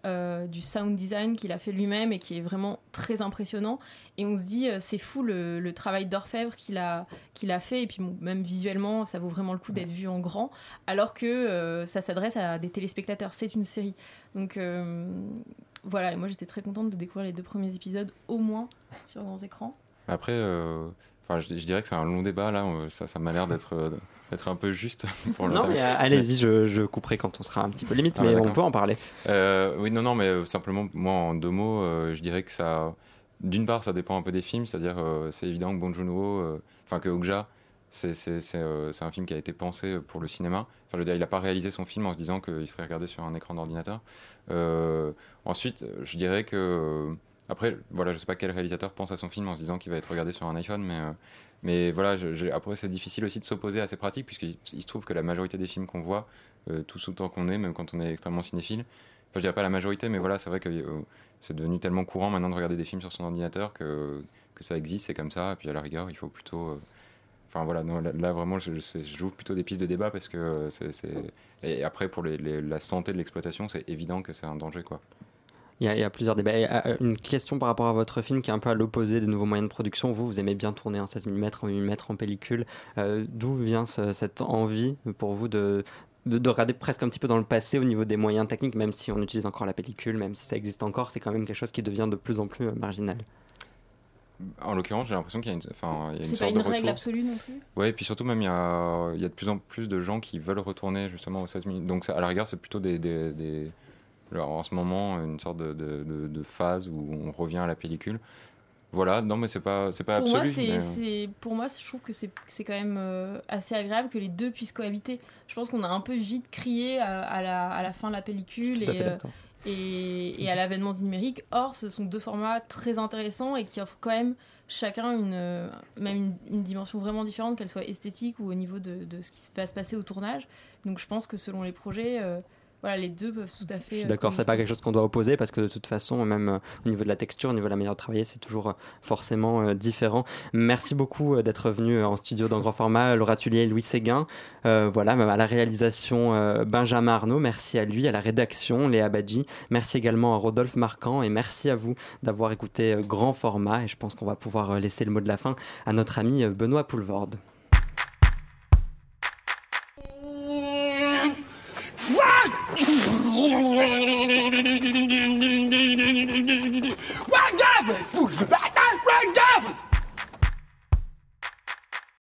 du sound design qu'il a fait lui-même et qui est vraiment très impressionnant. Et on se dit, c'est fou le travail d'orfèvre qu'il a fait. Et puis même visuellement, ça vaut vraiment le coup d'être vu en grand. Alors que ça s'adresse à des téléspectateurs. C'est une série. Donc voilà, et moi j'étais très contente de découvrir les 2 premiers épisodes, au moins, sur grand écran. Après, je dirais que c'est un long débat, là. Ça m'a l'air d'être un peu juste pour le Non, temps. mais allez-y, je couperai quand on sera un petit peu limite, mais d'accord. on peut en parler. Oui, non, mais simplement, moi, en 2 mots, je dirais que ça... D'une part, ça dépend un peu des films, c'est-à-dire, c'est évident que Bong Joon-ho, que Okja, c'est un film qui a été pensé pour le cinéma. Enfin, je veux dire, il n'a pas réalisé son film en se disant qu'il serait regardé sur un écran d'ordinateur. Ensuite, je dirais que... Après, voilà, je sais pas quel réalisateur pense à son film en se disant qu'il va être regardé sur un iPhone, mais voilà, après c'est difficile aussi de s'opposer à ces pratiques, puisqu'il se trouve que la majorité des films qu'on voit, tout autant qu'on est, même quand on est extrêmement cinéphile, enfin je dirais pas la majorité, mais voilà, c'est vrai que c'est devenu tellement courant maintenant de regarder des films sur son ordinateur que ça existe, c'est comme ça, et puis à la rigueur, il faut plutôt... Enfin voilà, non, là vraiment, j'ouvre plutôt des pistes de débat parce que Et après, pour la santé de l'exploitation, c'est évident que c'est un danger, quoi. Il y a plusieurs débats. Et, une question par rapport à votre film qui est un peu à l'opposé des nouveaux moyens de production. Vous aimez bien tourner en 16 mm, en 8 mm, en pellicule. D'où vient cette envie pour vous de regarder presque un petit peu dans le passé au niveau des moyens techniques, même si on utilise encore la pellicule, même si ça existe encore, c'est quand même quelque chose qui devient de plus en plus marginal. En l'occurrence, j'ai l'impression qu'il y a une sorte de retour. C'est pas une règle absolue non plus. Ouais, et puis surtout même il y a de plus en plus de gens qui veulent retourner justement aux 16 minutes. Donc à la rigueur, c'est plutôt alors, en ce moment une sorte de phase où on revient à la pellicule. Voilà, non mais c'est pas absolu. Pour moi, je trouve que c'est quand même assez agréable que les deux puissent cohabiter. Je pense qu'on a un peu vite crié à la fin de la pellicule et à l'avènement du numérique. Or, ce sont 2 formats très intéressants et qui offrent quand même chacun une dimension vraiment différente, qu'elle soit esthétique ou au niveau de ce qui va se passer au tournage. Donc je pense que selon les projets... Voilà, les deux peuvent tout à fait... Je suis d'accord, c'est pas quelque chose qu'on doit opposer parce que de toute façon, même au niveau de la texture, au niveau de la manière de travailler, c'est toujours forcément différent. Merci beaucoup d'être venu en studio dans Grand Format, Laura Tullier et Louis Séguin. Voilà, à la réalisation Benjamin Arnaud, merci à lui, à la rédaction Léa Badji. Merci également à Rodolphe Marquand et merci à vous d'avoir écouté Grand Format. Et je pense qu'on va pouvoir laisser le mot de la fin à notre ami Benoît Poulvorde. Fou, je